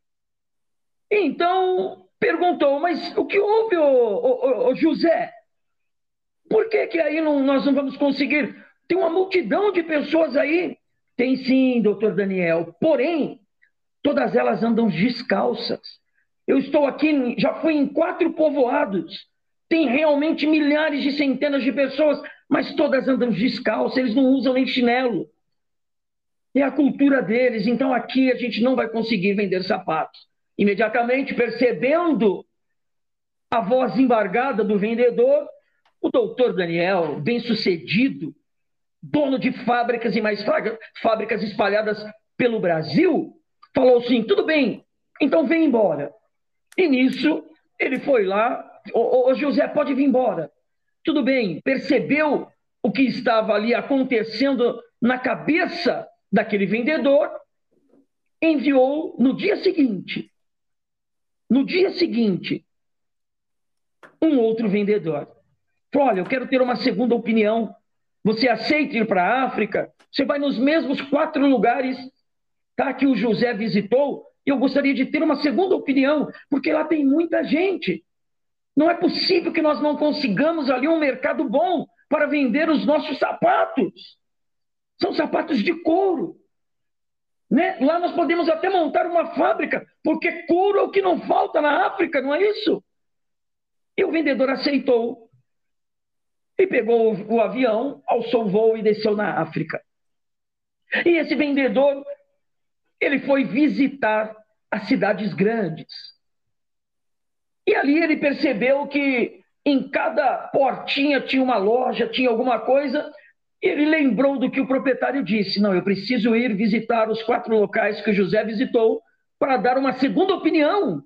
Então, perguntou, mas o que houve, ô, ô, ô, José? Por que que aí não, nós não vamos conseguir? Tem uma multidão de pessoas aí. Tem sim, doutor Daniel. Porém, todas elas andam descalças. Eu estou aqui, já fui em quatro povoados. Tem realmente milhares de centenas de pessoas, mas todas andam descalças, eles não usam nem chinelo. É a cultura deles, então aqui a gente não vai conseguir vender sapatos. Imediatamente, percebendo a voz embargada do vendedor, o doutor Daniel, bem-sucedido, dono de fábricas e mais fábricas espalhadas pelo Brasil, falou assim: tudo bem, então vem embora. E nisso, ele foi lá, ô, ô José, pode vir embora. Tudo bem, percebeu o que estava ali acontecendo na cabeça daquele vendedor, enviou no dia seguinte, no dia seguinte, um outro vendedor. Falou: olha, eu quero ter uma segunda opinião. Você aceita ir para a África? Você vai nos mesmos quatro lugares, tá, que o José visitou. Eu gostaria de ter uma segunda opinião, porque lá tem muita gente. Não é possível que nós não consigamos ali um mercado bom para vender os nossos sapatos. São sapatos de couro. Né? Lá nós podemos até montar uma fábrica, porque couro é o que não falta na África, não é isso? E o vendedor aceitou. E pegou o avião, alçou o voo e desceu na África. E esse vendedor, ele foi visitar as cidades grandes. E ali ele percebeu que em cada portinha tinha uma loja, tinha alguma coisa. E ele lembrou do que o proprietário disse: não, eu preciso ir visitar os quatro locais que o José visitou para dar uma segunda opinião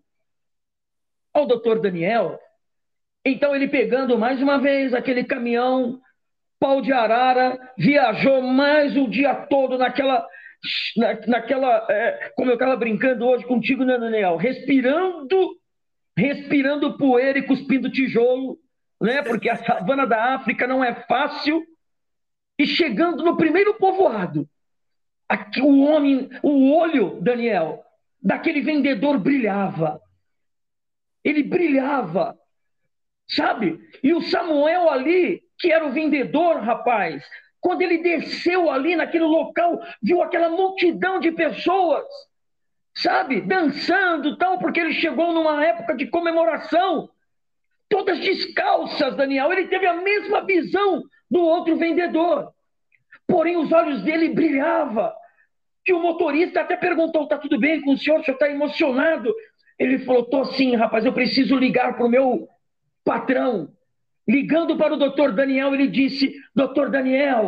ao doutor Daniel. Então ele, pegando mais uma vez aquele caminhão, pau de arara, viajou mais o dia todo naquela, na, naquela é, como eu estava brincando hoje contigo, né, Daniel? Respirando, respirando poeira e cuspindo tijolo, né? Porque a savana da África não é fácil. E chegando no primeiro povoado, aqui, o homem, o olho, Daniel, daquele vendedor brilhava. Ele brilhava. Sabe? E o Samuel ali, que era o vendedor, rapaz, quando ele desceu ali naquele local, viu aquela multidão de pessoas, sabe? Dançando e tal, porque ele chegou numa época de comemoração, todas descalças, Daniel. Ele teve a mesma visão do outro vendedor. Porém, os olhos dele brilhavam. Que o motorista até perguntou: tá tudo bem com o senhor? O senhor está emocionado? Ele falou: tô sim, rapaz, eu preciso ligar para o meu patrão. Ligando para o doutor Daniel, ele disse: doutor Daniel,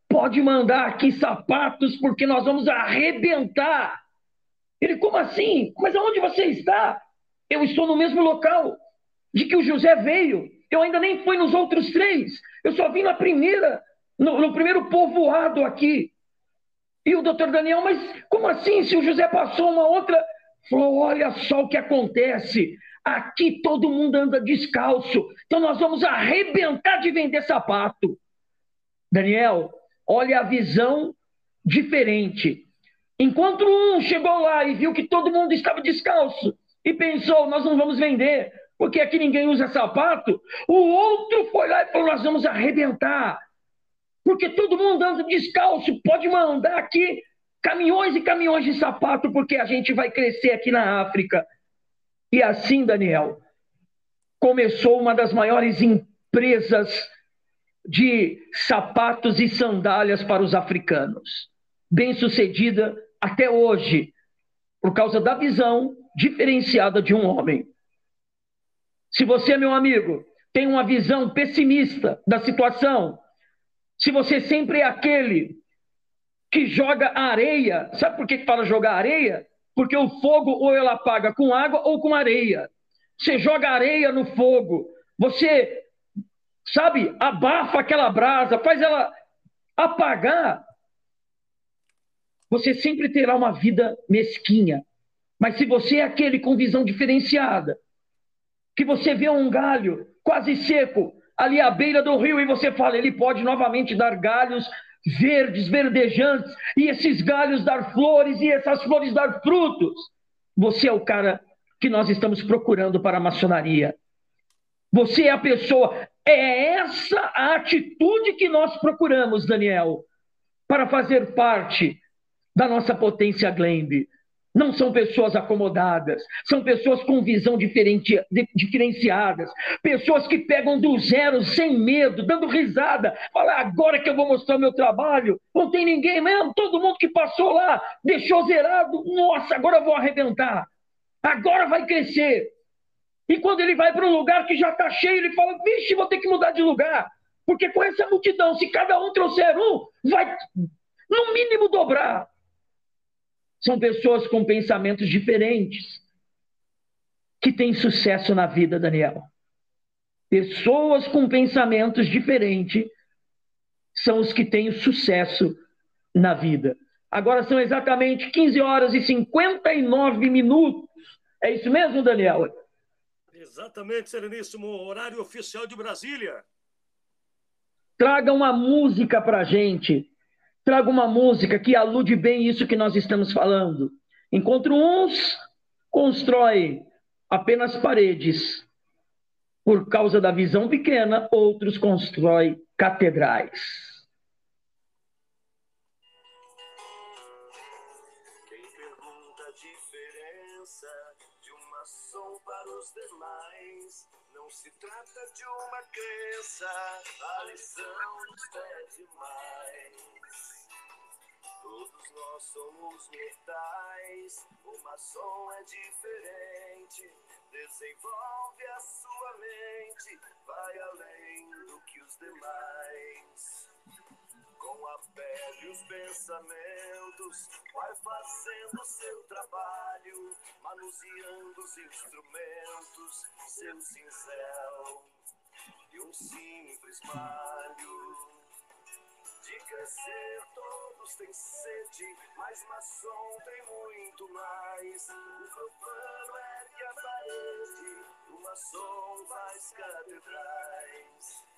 pode mandar aqui sapatos, porque nós vamos arrebentar. Ele, como assim? Mas aonde você está? Eu estou no mesmo local de que o José veio. Eu ainda nem fui nos outros três. Eu só vim na primeira, no, no primeiro povoado aqui. E o doutor Daniel, mas como assim? Se o José passou uma outra... Falou, olha só o que acontece. Aqui todo mundo anda descalço. Então nós vamos arrebentar de vender sapato. Daniel, olha a visão diferente. Enquanto um chegou lá e viu que todo mundo estava descalço e pensou, nós não vamos vender, porque aqui ninguém usa sapato, o outro foi lá e falou, nós vamos arrebentar, porque todo mundo anda descalço, pode mandar aqui caminhões e caminhões de sapato, porque a gente vai crescer aqui na África. E assim, Daniel, começou uma das maiores empresas de sapatos e sandálias para os africanos. Bem-sucedida até hoje, por causa da visão diferenciada de um homem. Se você, meu amigo, tem uma visão pessimista da situação, se você sempre é aquele que joga areia, sabe por que fala jogar areia? Porque o fogo ou ele apaga com água ou com areia. Você joga areia no fogo, você, sabe, abafa aquela brasa, faz ela apagar. Você sempre terá uma vida mesquinha. Mas se você é aquele com visão diferenciada, que você vê um galho quase seco ali à beira do rio e você fala, ele pode novamente dar galhos verdes, verdejantes, e esses galhos dar flores e essas flores dar frutos. Você é o cara que nós estamos procurando para a maçonaria. Você é a pessoa, é essa a atitude que nós procuramos, Daniel, para fazer parte da nossa potência Glembe. Não são pessoas acomodadas, são pessoas com visão diferente, diferenciadas, pessoas que pegam do zero sem medo, dando risada, falar agora que eu vou mostrar o meu trabalho, não tem ninguém mesmo, todo mundo que passou lá, deixou zerado, nossa, agora eu vou arrebentar, agora vai crescer. E quando ele vai para um lugar que já está cheio, ele fala, vixe, vou ter que mudar de lugar, porque com essa multidão, se cada um trouxer um, vai no mínimo dobrar. São pessoas com pensamentos diferentes que têm sucesso na vida, Daniel. Pessoas com pensamentos diferentes são os que têm sucesso na vida. Agora são exatamente quinze horas e cinquenta e nove minutos. É isso mesmo, Daniel? Exatamente, Sereníssimo. Horário oficial de Brasília. Traga uma música para a gente. Traga uma música que alude bem isso que nós estamos falando. Enquanto uns constroem apenas paredes por causa da visão pequena, outros constroem catedrais. Quem pergunta a diferença de um maçom para os demais, não se trata de uma crença, a lição nos pede mais. Todos nós somos mortais, o maçom é diferente, desenvolve a sua mente, vai além do que os demais. Com a pele e os pensamentos, vai fazendo seu trabalho, manuseando os instrumentos, seu cincel e um simples malho. De crescer todos têm sede, mas maçom tem muito mais. O profano ergue a parede, o maçom faz catedrais.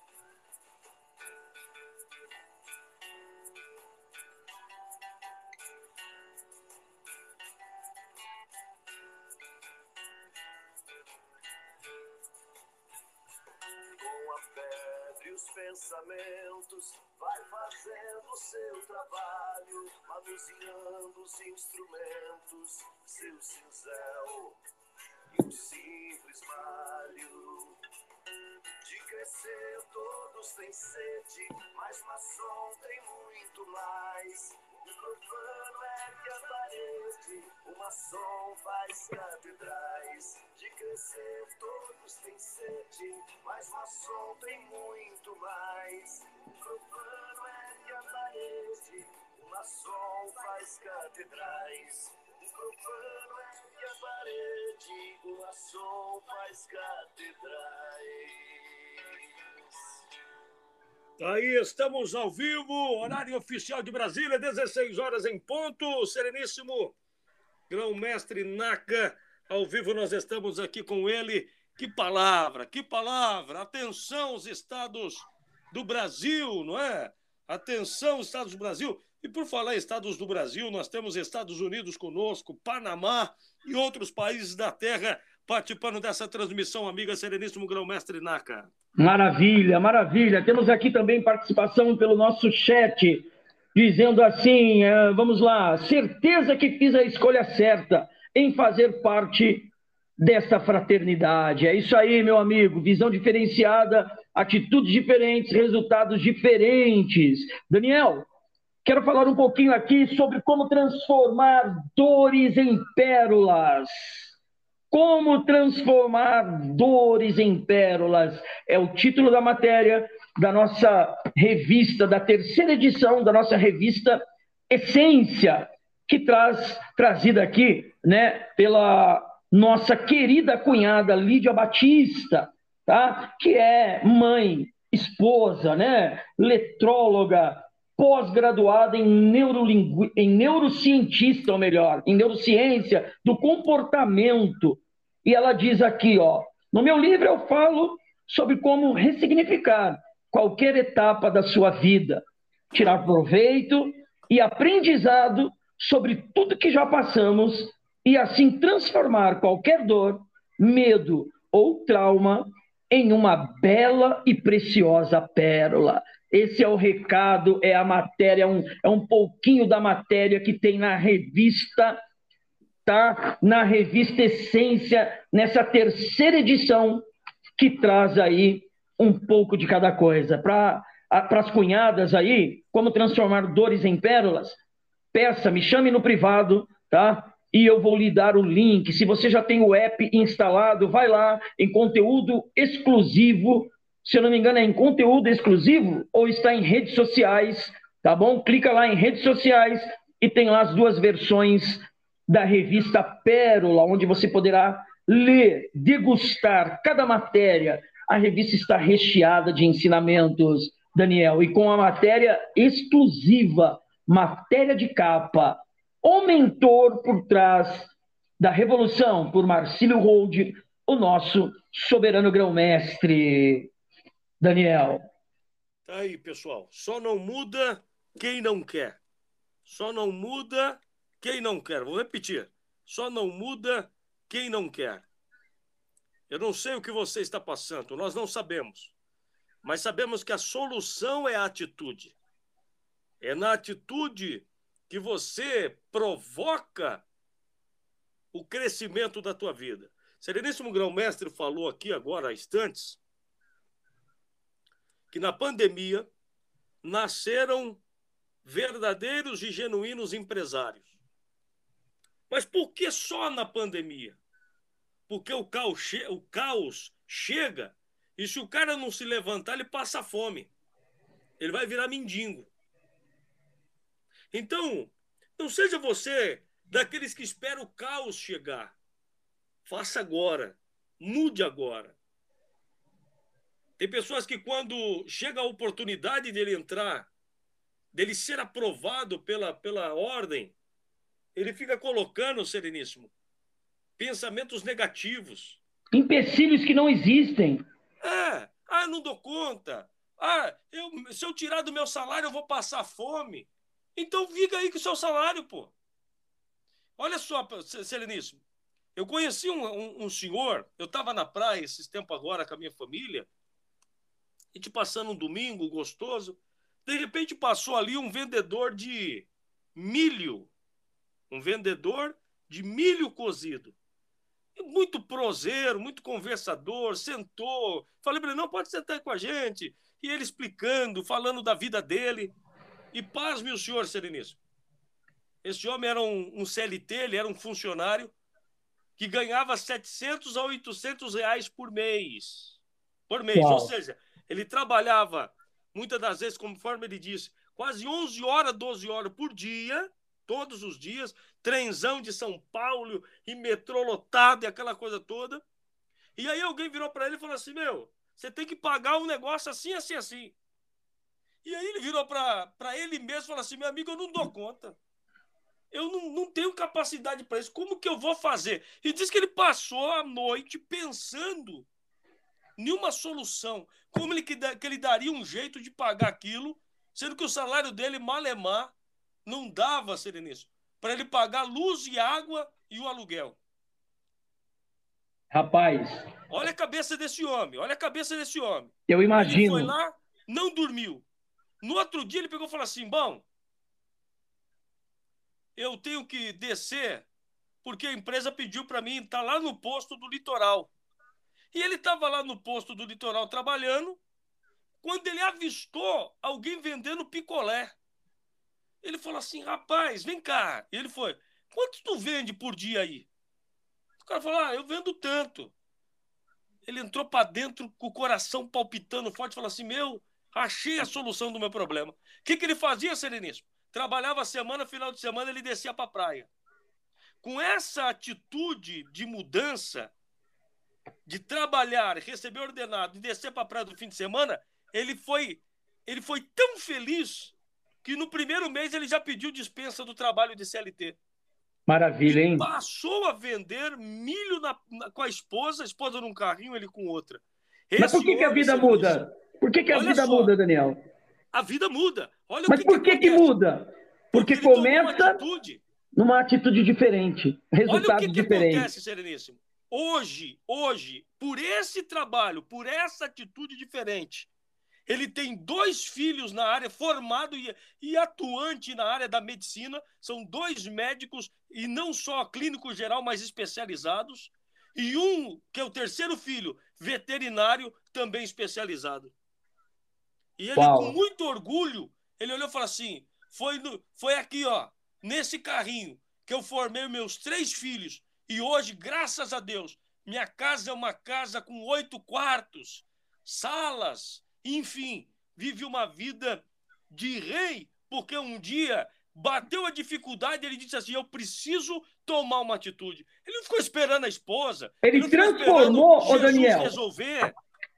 Com a pedra e os pensamentos, vai fazendo seu trabalho, manuseando os instrumentos, seu cinzel e um simples malho. De crescer todos têm sede, mas maçom tem muito mais. O profano ergue a parede, o maçom faz catedrais. De crescer todos têm sede, mas maçom tem muito mais. O profano ergue a parede. som faz catedrais. O profano ergue a parede, o som faz catedrais. Aí estamos ao vivo, horário oficial de Brasília, dezesseis horas em ponto. Sereníssimo Grão-Mestre Naka, ao vivo nós estamos aqui com ele. Que palavra, que palavra. Atenção, os estados do Brasil, não é? Atenção, estados do Brasil. E por falar em estados do Brasil, nós temos Estados Unidos conosco, Panamá e outros países da Terra participando dessa transmissão, amiga Sereníssimo Grão-Mestre Naka. Maravilha, maravilha. Temos aqui também participação pelo nosso chat, dizendo assim, uh, vamos lá, certeza que fiz a escolha certa em fazer parte dessa fraternidade. É isso aí, meu amigo, visão diferenciada, atitudes diferentes, resultados diferentes. Daniel, quero falar um pouquinho aqui sobre como transformar dores em pérolas. Como transformar dores em pérolas é o título da matéria da nossa revista, da terceira edição da nossa revista Essência, que traz, trazida aqui, né, pela nossa querida cunhada Lídia Batista, tá? Que é mãe, esposa, né, letróloga, pós-graduada em, neurolingu... em neurocientista, ou melhor, em neurociência do comportamento. E ela diz aqui, ó, no meu livro eu falo sobre como ressignificar qualquer etapa da sua vida, tirar proveito e aprendizado sobre tudo que já passamos e assim transformar qualquer dor, medo ou trauma em uma bela e preciosa pérola. Esse é o recado, é a matéria, é um, é um pouquinho da matéria que tem na revista, tá? Na revista Essência, nessa terceira edição, que traz aí um pouco de cada coisa. Para as cunhadas aí, como transformar dores em pérolas, peça, me chame no privado, tá? E eu vou lhe dar o link. Se você já tem o app instalado, vai lá em conteúdo exclusivo. Se eu não me engano, é em conteúdo exclusivo ou está em redes sociais, tá bom? Clica lá em redes sociais e tem lá as duas versões da revista Pérola, onde você poderá ler, degustar cada matéria. A revista está recheada de ensinamentos, Daniel, e com a matéria exclusiva, matéria de capa, o mentor por trás da revolução, por Marcílio Hold, o nosso soberano grão-mestre. Daniel. Tá aí, pessoal. Só não muda quem não quer. Só não muda quem não quer. Vou repetir. Só não muda quem não quer. Eu não sei o que você está passando, nós não sabemos. Mas sabemos que a solução é a atitude. É na atitude que você provoca o crescimento da tua vida. Sereníssimo Grão-Mestre falou aqui agora há instantes que na pandemia nasceram verdadeiros e genuínos empresários. Mas por que só na pandemia? Porque o caos, che- o caos chega e se o cara não se levantar, ele passa fome. Ele vai virar mendigo. Então, não seja você daqueles que esperam o caos chegar. Faça agora. Mude agora. Tem pessoas que quando chega a oportunidade dele entrar, dele ser aprovado pela, pela ordem, ele fica colocando, Sereníssimo, pensamentos negativos. Empecilhos que não existem. É, ah, eu não dou conta. Ah, eu, se eu tirar do meu salário, eu vou passar fome. Então fica aí com o seu salário, pô. Olha só, Sereníssimo, eu conheci um, um, um senhor, eu estava na praia esses tempos agora com a minha família, a gente passando um domingo gostoso, de repente passou ali um vendedor de milho, um vendedor de milho cozido. Muito proseiro, muito conversador, sentou, falei para ele, não, pode sentar aí com a gente, e ele explicando, falando da vida dele, e pasme o senhor, Sereníssimo. Esse homem era um, um C L T, ele era um funcionário que ganhava setecentos a oitocentos reais por mês. Por mês, Uau. ou seja, ele trabalhava, muitas das vezes, conforme ele disse, quase onze horas, doze horas por dia, todos os dias, trenzão de São Paulo e metrô lotado e aquela coisa toda. E aí alguém virou para ele e falou assim, meu, você tem que pagar um negócio assim, assim, assim. E aí ele virou para ele mesmo e falou assim, meu amigo, eu não dou conta. Eu não, não tenho capacidade para isso. Como que eu vou fazer? E diz que ele passou a noite pensando em uma solução. Como ele, que, que ele daria um jeito de pagar aquilo, sendo que o salário dele, malemar, não dava, Sereníssimo, para ele pagar luz e água e o aluguel. Rapaz... Olha a cabeça desse homem, olha a cabeça desse homem. Eu imagino. Ele foi lá, não dormiu. No outro dia ele pegou e falou assim, bom, eu tenho que descer porque a empresa pediu para mim estar lá no posto do litoral. E ele estava lá no posto do litoral trabalhando, quando ele avistou alguém vendendo picolé. Ele falou assim, rapaz, vem cá. E ele foi, quanto tu vende por dia aí? O cara falou, ah, eu vendo tanto. Ele entrou para dentro com o coração palpitando forte e falou assim, meu, achei a solução do meu problema. O que, que ele fazia, Sereníssimo? Trabalhava semana, final de semana, ele descia para a praia. Com essa atitude de mudança, de trabalhar, receber ordenado e descer para a praia do fim de semana, ele foi, ele foi tão feliz que no primeiro mês ele já pediu dispensa do trabalho de C L T. Maravilha, hein? E passou a vender milho na, na, com a esposa, a esposa num carrinho, ele com outra. Esse Mas por que, que a vida muda? Por que, que a Olha vida só, muda, Daniel? A vida muda. Olha Mas o que por que, que, que muda? Porque, Porque começa atitude. numa atitude diferente, resultado Olha o que, que diferente. acontece, Sereníssimo. Hoje, hoje, por esse trabalho, por essa atitude diferente, ele tem dois filhos na área, formado e, e atuante na área da medicina, são dois médicos, e não só clínico geral, mas especializados, e um, que é o terceiro filho, veterinário, também especializado. E ele, Uau. com muito orgulho, ele olhou e falou assim, foi, no, foi aqui, ó, nesse carrinho, que eu formei meus três filhos, e hoje, graças a Deus, minha casa é uma casa com oito quartos, salas, enfim, vive uma vida de rei, porque um dia bateu a dificuldade e ele disse assim, eu preciso tomar uma atitude. Ele não ficou esperando a esposa. Ele, ele não transformou, ficou ô Daniel, resolver.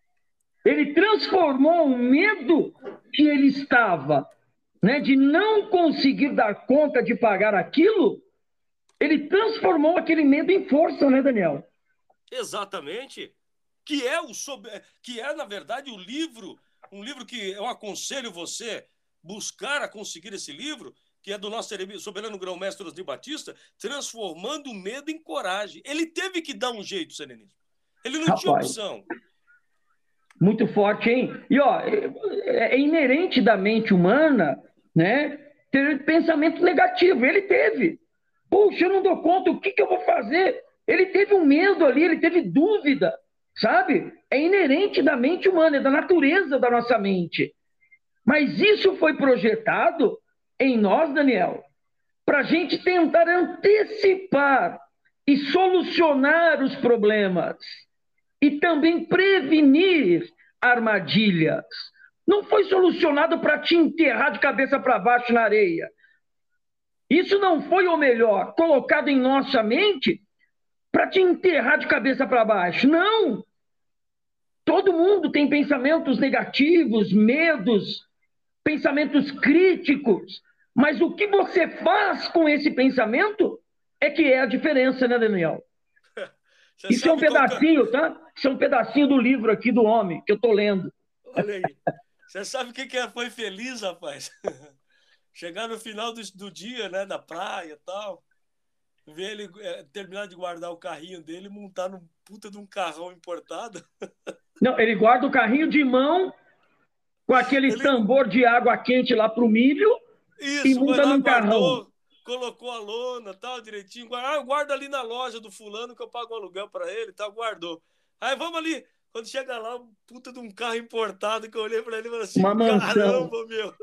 Ele transformou o medo que ele estava, né, de não conseguir dar conta de pagar aquilo, ele transformou aquele medo em força, né, Daniel? Exatamente. Que é, o, que é, na verdade, o livro, um livro que eu aconselho você buscar a conseguir esse livro, que é do nosso soberano grão-mestre Osni Batista, Transformando o Medo em Coragem. Ele teve que dar um jeito, Sereníssimo. Ele não Rapaz, tinha opção. Muito forte, hein? E, ó, é inerente da mente humana, né, ter pensamento negativo. Ele teve. Puxa, eu não dou conta, o que, que eu vou fazer? Ele teve um medo ali, ele teve dúvida. Sabe? É inerente da mente humana, é da natureza da nossa mente. Mas isso foi projetado em nós, Daniel, para a gente tentar antecipar e solucionar os problemas e também prevenir armadilhas. Não foi solucionado para te enterrar de cabeça para baixo na areia. Isso não foi, ou melhor, colocado em nossa mente para te enterrar de cabeça para baixo. Não! Todo mundo tem pensamentos negativos, medos, pensamentos críticos. Mas o que você faz com esse pensamento é que é a diferença, né, Daniel? Você Isso é um pedacinho, que... tá? Isso é um pedacinho do livro aqui do homem, que eu tô lendo. Olha aí. Você sabe o que que foi feliz, rapaz? Chegar no final do, do dia, né, da praia e tal, ver ele é, terminar de guardar o carrinho dele e montar num puta de um carrão importado. Não, ele guarda o carrinho de mão com aquele ele... tambor de água quente lá pro milho. Isso, e monta num guardou, carrão. Colocou a lona, tal, direitinho. Ah, guarda ali na loja do fulano que eu pago o aluguel para ele, tal, guardou. Aí vamos ali. Quando chega lá, um puta de um carro importado, que eu olhei para ele e falei assim, uma mansão. Caramba, meu.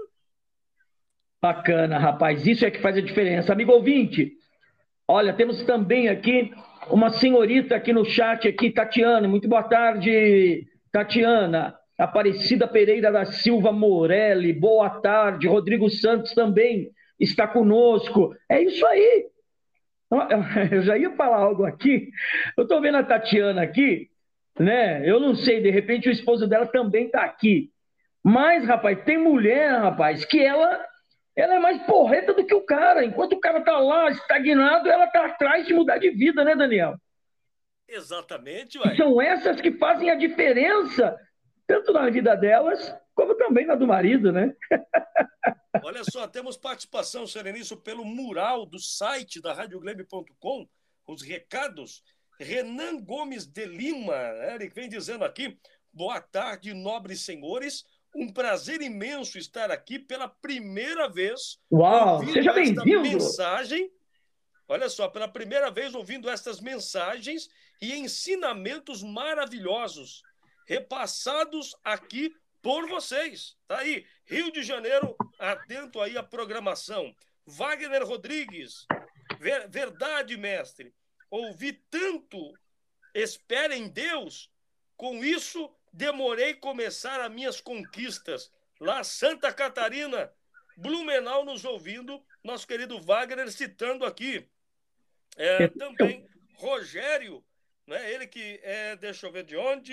Bacana, rapaz. Isso é que faz a diferença. Amigo ouvinte, olha, temos também aqui uma senhorita aqui no chat, aqui, Tatiana. Muito boa tarde, Tatiana. Aparecida Pereira da Silva Morelli, boa tarde. Rodrigo Santos também está conosco. É isso aí. Eu já ia falar algo aqui. Eu estou vendo a Tatiana aqui, né? Eu não sei, de repente o esposo dela também está aqui. Mas, rapaz, tem mulher, rapaz, que ela, ela é mais porreta do que o cara. Enquanto o cara está lá estagnado, ela está atrás de mudar de vida, né, Daniel? Exatamente, ué. São essas que fazem a diferença, tanto na vida delas, como também na do marido, né? Olha só, temos participação, Sereníssimo, pelo mural do site da rádio glebe ponto com, os recados. Renan Gomes de Lima, né, ele vem dizendo aqui, boa tarde, nobres senhores, um prazer imenso estar aqui pela primeira vez. Uau, seja bem-vindo! Mensagem, olha só, pela primeira vez ouvindo estas mensagens e ensinamentos maravilhosos, repassados aqui por vocês. Tá aí, Rio de Janeiro, atento aí à programação. Wagner Rodrigues, ver, verdade, mestre. Ouvi tanto, espera em Deus. Com isso, demorei começar as minhas conquistas. Lá, Santa Catarina, Blumenau nos ouvindo, nosso querido Wagner citando aqui. É, também Rogério, né? Ele que é, deixa eu ver de onde...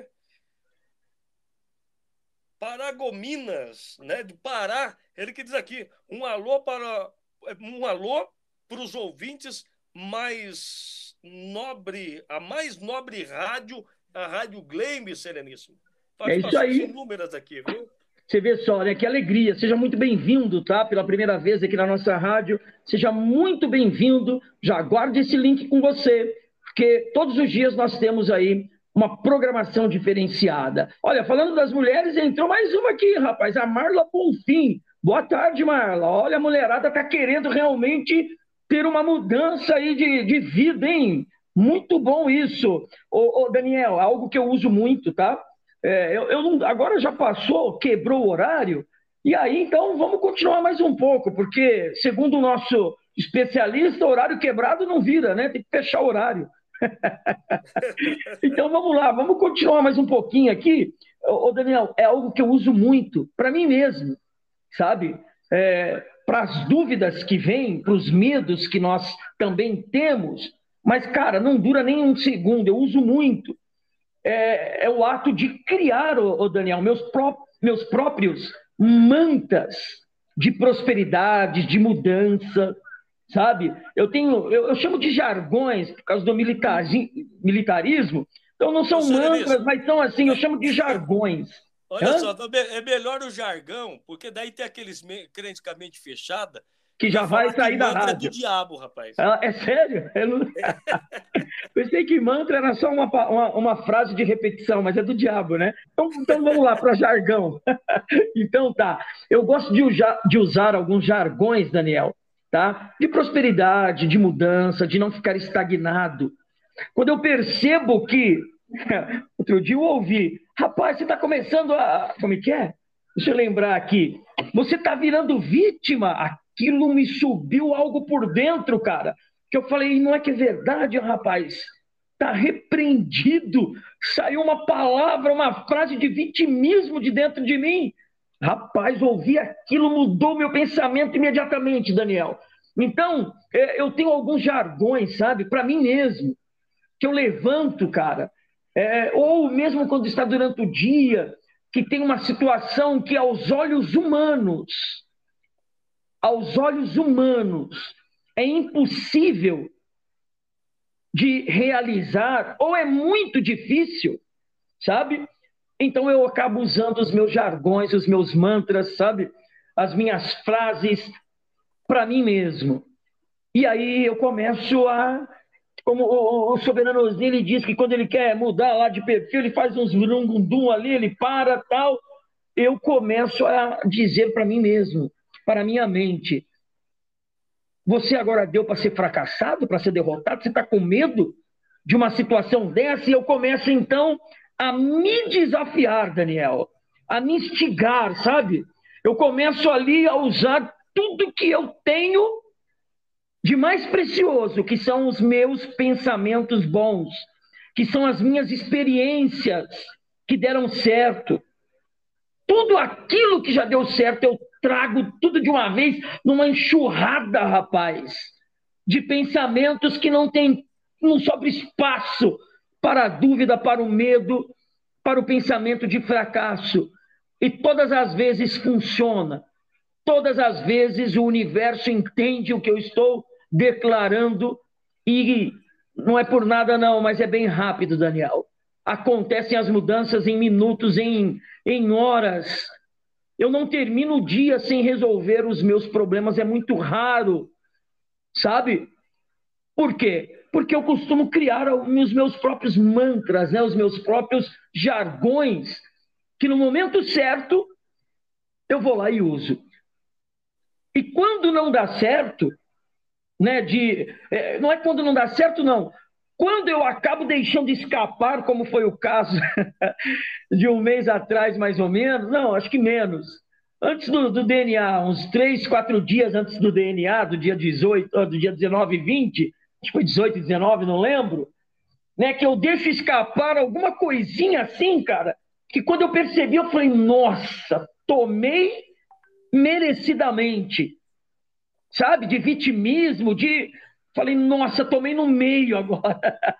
Paragominas, né, de Pará, ele que diz aqui, um alô para um alô para os ouvintes mais nobre, a mais nobre rádio, a Rádio Glebe, Sereníssimo. É isso aí. Inúmeras aqui, viu? Você vê só, né, que alegria. Seja muito bem-vindo, tá? Pela primeira vez aqui na nossa rádio. Seja muito bem-vindo. Já guarde esse link com você, porque todos os dias nós temos aí uma programação diferenciada. Olha, falando das mulheres, entrou mais uma aqui, rapaz, a Marla Bonfim. Boa tarde, Marla. Olha, a mulherada tá querendo realmente ter uma mudança aí de, de vida, hein? Muito bom isso. Ô, ô Daniel, algo que eu uso muito, tá? É, eu, eu não, agora já passou, quebrou o horário, e aí, então, vamos continuar mais um pouco, porque, segundo o nosso especialista, horário quebrado não vira, né? Tem que fechar o horário. Então vamos lá, vamos continuar mais um pouquinho aqui. Ô Daniel, é algo que eu uso muito para mim mesmo, sabe? É, para as dúvidas que vêm, para os medos que nós também temos, mas cara, não dura nem um segundo, eu uso muito. É, é o ato de criar, ô, ô Daniel, meus, pró meus próprios mantas de prosperidade, de mudança, sabe? Eu tenho, eu, eu chamo de jargões por causa do militarismo. Então não são mantras, mas são assim, eu chamo de jargões. Olha Hã? só, é melhor o jargão, porque daí tem aqueles crentes com a mente fechada que já vai sair da rádio. É do diabo, rapaz. Ah, é sério? Eu não... pensei que mantra era só uma, uma, uma frase de repetição, mas é do diabo, né? Então, então vamos lá para jargão. Então tá, eu gosto de usar, de usar alguns jargões, Daniel, tá? De prosperidade, de mudança, de não ficar estagnado. Quando eu percebo que... Outro dia eu ouvi, rapaz, você está começando a... Como é que é? Deixa eu lembrar aqui. Você está virando vítima. Aquilo me subiu algo por dentro, cara. Que eu falei, não é que é verdade, rapaz. Está repreendido. Saiu uma palavra, uma frase de vitimismo de dentro de mim. Rapaz, ouvi aquilo, mudou meu pensamento imediatamente, Daniel. Então, eu tenho alguns jargões, sabe, para mim mesmo, que eu levanto, cara. É, ou mesmo quando está durante o dia, que tem uma situação que aos olhos humanos, aos olhos humanos, é impossível de realizar, ou é muito difícil, sabe? Então eu acabo usando os meus jargões, os meus mantras, sabe? As minhas frases para mim mesmo. E aí eu começo a... Como o, o Soberano Osni, ele diz que quando ele quer mudar lá de perfil, ele faz uns vrungundum ali, ele para, tal. Eu começo a dizer para mim mesmo, para a minha mente, você agora deu para ser fracassado, para ser derrotado? Você está com medo de uma situação dessa? E eu começo, então, a me desafiar, Daniel, a me instigar, sabe? Eu começo ali a usar tudo que eu tenho de mais precioso, que são os meus pensamentos bons, que são as minhas experiências que deram certo, tudo aquilo que já deu certo, eu trago tudo de uma vez numa enxurrada, rapaz, de pensamentos que não tem, não sobra espaço para a dúvida, para o medo, para o pensamento de fracasso. E todas as vezes funciona. Todas as vezes o universo entende o que eu estou declarando e não é por nada não, mas é bem rápido, Daniel. Acontecem as mudanças em minutos, em, em horas. Eu não termino o dia sem resolver os meus problemas, é muito raro, sabe? Por quê? Porque eu costumo criar os meus próprios mantras, né? Os meus próprios jargões, que no momento certo eu vou lá e uso. E quando não dá certo, né, de, é, não é quando não dá certo, não. Quando eu acabo deixando escapar, como foi o caso de um mês atrás, mais ou menos, não, acho que menos. Antes do, do D N A, uns três, quatro dias antes do D N A, do dia dezoito, do dia dezenove e vinte, acho que foi dezoito e dezenove, não lembro, né, que eu deixo escapar alguma coisinha assim, cara, que quando eu percebi, eu falei, nossa, tomei merecidamente, sabe, de vitimismo, de... Falei, nossa, tomei no meio agora.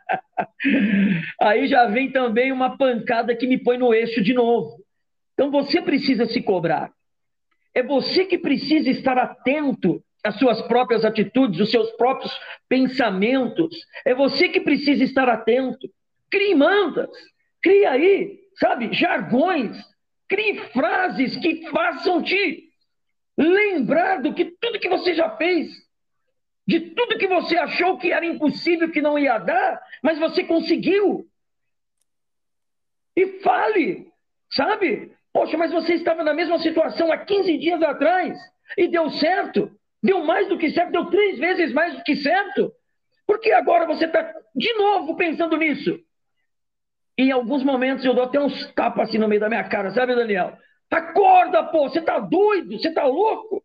Aí já vem também uma pancada que me põe no eixo de novo. Então você precisa se cobrar. É você que precisa estar atento às suas próprias atitudes, os seus próprios pensamentos. É você que precisa estar atento. Crie mantas, crie aí, sabe, jargões, crie frases que façam te lembrar do que tudo que você já fez, de tudo que você achou que era impossível, que não ia dar, mas você conseguiu. E fale, sabe? Poxa, mas você estava na mesma situação há quinze dias atrás e deu certo, deu mais do que certo, deu três vezes mais do que certo. Por que agora você está de novo pensando nisso? E em alguns momentos eu dou até uns tapas assim no meio da minha cara, sabe, Daniel? Acorda, pô, você tá doido, você tá louco?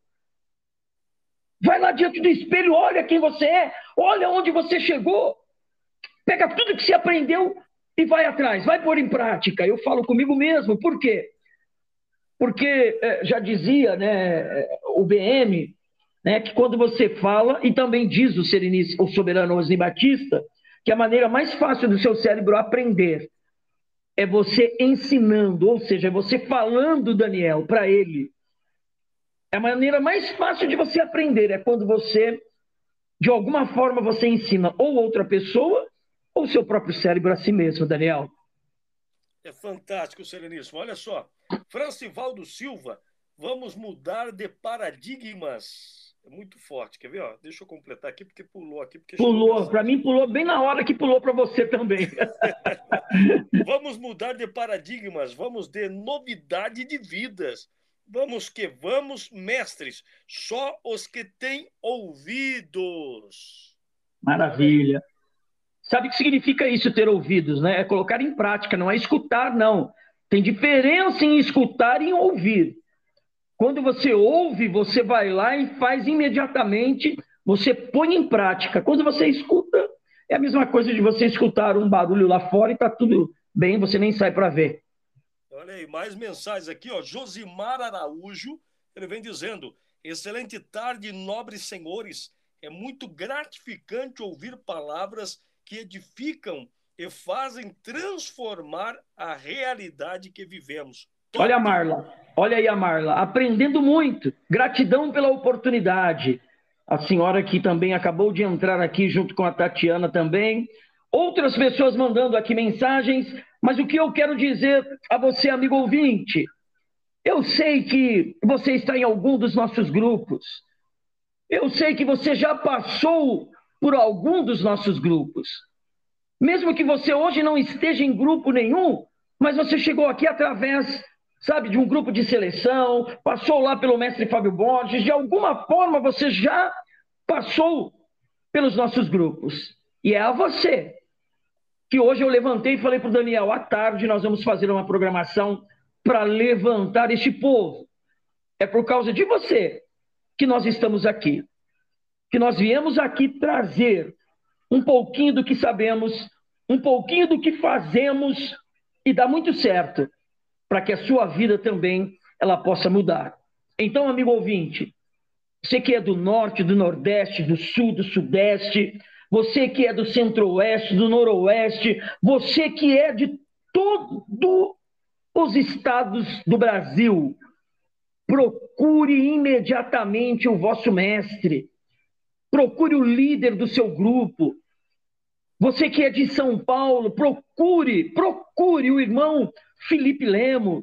Vai lá diante do espelho, olha quem você é, olha onde você chegou. Pega tudo que você aprendeu e vai atrás, vai pôr em prática. Eu falo comigo mesmo, por quê? Porque eh, já dizia, né, o B M, né, que quando você fala, e também diz o, sereníssimo, o soberano Osni Batista, que a maneira mais fácil do seu cérebro aprender é você ensinando, ou seja, é você falando, Daniel, para ele. É a maneira mais fácil de você aprender, é quando você, de alguma forma, você ensina ou outra pessoa, ou seu próprio cérebro a si mesmo, Daniel. É fantástico, Sereníssimo. Olha só, Francivaldo Silva, vamos mudar de paradigmas. É muito forte, quer ver? Ó, deixa eu completar aqui, porque pulou aqui. Porque pulou, para mim pulou bem na hora que pulou para você também. Vamos mudar de paradigmas, vamos de novidade de vidas. Vamos que vamos, mestres, só os que têm ouvidos. Maravilha. Sabe o que significa isso, ter ouvidos, né? É colocar em prática, não é escutar, não. Tem diferença em escutar e em ouvir. Quando você ouve, você vai lá e faz imediatamente, você põe em prática. Quando você escuta, é a mesma coisa de você escutar um barulho lá fora e tá tudo bem, você nem sai para ver. Olha aí, mais mensagens aqui, ó. Josimar Araújo, ele vem dizendo, excelente tarde, nobres senhores. É muito gratificante ouvir palavras que edificam e fazem transformar a realidade que vivemos. Top. Olha a Marla, olha aí a Marla, aprendendo muito. Gratidão pela oportunidade. A senhora que também acabou de entrar aqui junto com a Tatiana também. Outras pessoas mandando aqui mensagens, mas o que eu quero dizer a você, amigo ouvinte, eu sei que você está em algum dos nossos grupos. Eu sei que você já passou por algum dos nossos grupos. Mesmo que você hoje não esteja em grupo nenhum, mas você chegou aqui através, sabe, de um grupo de seleção, passou lá pelo mestre Fábio Borges, de alguma forma você já passou pelos nossos grupos. E é a você que hoje eu levantei e falei para o Daniel, à tarde nós vamos fazer uma programação para levantar este povo. É por causa de você que nós estamos aqui, que nós viemos aqui trazer um pouquinho do que sabemos, um pouquinho do que fazemos, e dá muito certo. para que a sua vida também ela possa mudar. Então, amigo ouvinte, você que é do norte, do nordeste, do sul, do sudeste, você que é do centro-oeste, do noroeste, você que é de todos os estados do Brasil, procure imediatamente o vosso mestre, procure o líder do seu grupo. Você que é de São Paulo, procure, procure o irmão Felipe Lemos.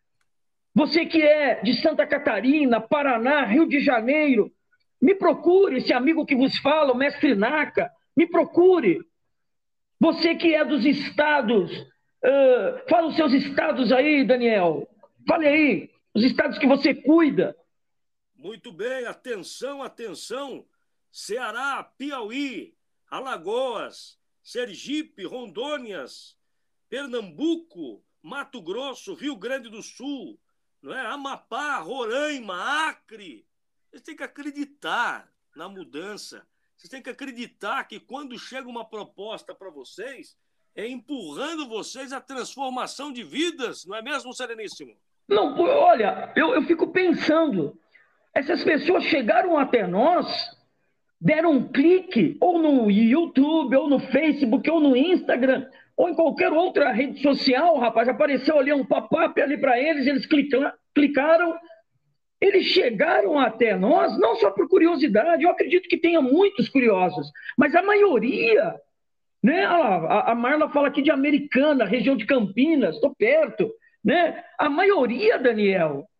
Você que é de Santa Catarina, Paraná, Rio de Janeiro, me procure, esse amigo que vos fala, o mestre Naka, me procure. Você que é dos estados, uh, fala os seus estados aí, Daniel. Fale aí, os estados que você cuida. Muito bem, atenção, atenção. Ceará, Piauí, Alagoas, Sergipe, Rondônias, Pernambuco, Mato Grosso, Rio Grande do Sul, não é? Amapá, Roraima, Acre. Vocês têm que acreditar na mudança. Vocês têm que acreditar que quando chega uma proposta para vocês, é empurrando vocês à transformação de vidas, não é mesmo, Sereníssimo? Não, olha, eu, eu fico pensando, essas pessoas chegaram até nós, deram um clique, ou no YouTube, ou no Facebook, ou no Instagram, ou em qualquer outra rede social, rapaz, apareceu ali um pop-up ali para eles, eles clicam, clicaram, eles chegaram até nós, não só por curiosidade, eu acredito que tenha muitos curiosos, mas a maioria, né? A, a Marla fala aqui de Americana, região de Campinas, estou perto, né? A maioria, Daniel,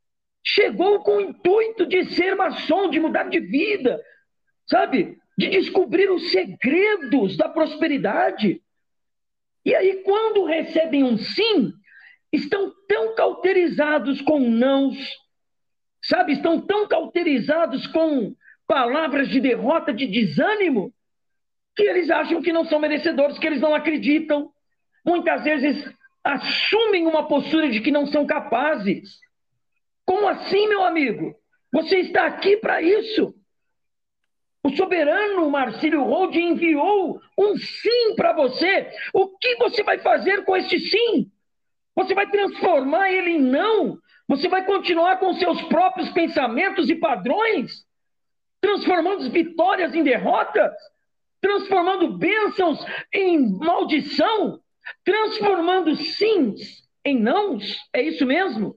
chegou com o intuito de ser maçom, de mudar de vida, sabe? De descobrir os segredos da prosperidade. E aí, quando recebem um sim, estão tão cauterizados com nãos, sabe? Estão tão cauterizados com palavras de derrota, de desânimo, que eles acham que não são merecedores, que eles não acreditam. Muitas vezes assumem uma postura de que não são capazes. Como assim, meu amigo? Você está aqui para isso. O soberano Marcílio Hold enviou um sim para você. O que você vai fazer com este sim? Você vai transformar ele em não? Você vai continuar com seus próprios pensamentos e padrões? Transformando vitórias em derrotas? Transformando bênçãos em maldição? Transformando sims em nãos? É isso mesmo?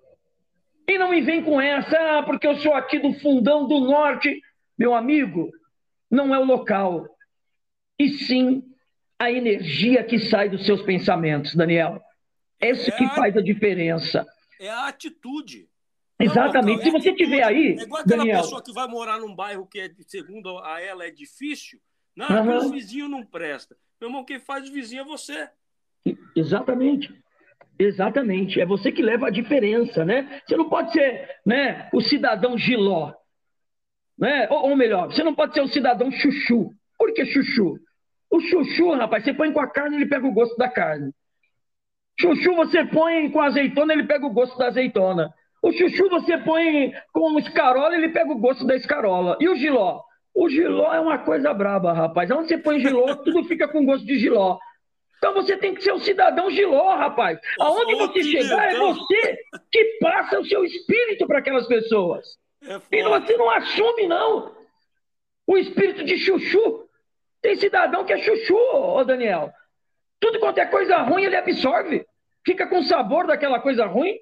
E não me vem com essa, ah, porque eu sou aqui do fundão do norte. Meu amigo, não é o local, e sim a energia que sai dos seus pensamentos, Daniel. É isso que faz a diferença. É a atitude. Exatamente. Se você tiver aí, é igual aquela Daniel, pessoa que vai morar num bairro que, é, segundo a ela, é difícil. Não, uhum. Os vizinhos não prestam. Meu irmão, quem faz o vizinho é você. Exatamente. Exatamente. É você que leva a diferença, né? Você não pode ser, né, o cidadão giló. Né? Ou, ou melhor, você não pode ser um cidadão chuchu. Por que chuchu? O chuchu, rapaz, você põe com a carne, ele pega o gosto da carne. Chuchu você põe com azeitona, ele pega o gosto da azeitona. O chuchu você põe com escarola, ele pega o gosto da escarola. E o giló? O giló é uma coisa braba, rapaz. Onde você põe giló, tudo fica com gosto de giló. Então você tem que ser um cidadão giló, rapaz. Aonde você chegar, é você que passa o seu espírito para aquelas pessoas. É e você não assume, não. O espírito de chuchu. Tem cidadão que é chuchu, ô Daniel. Tudo quanto é coisa ruim, ele absorve. Fica com o sabor daquela coisa ruim.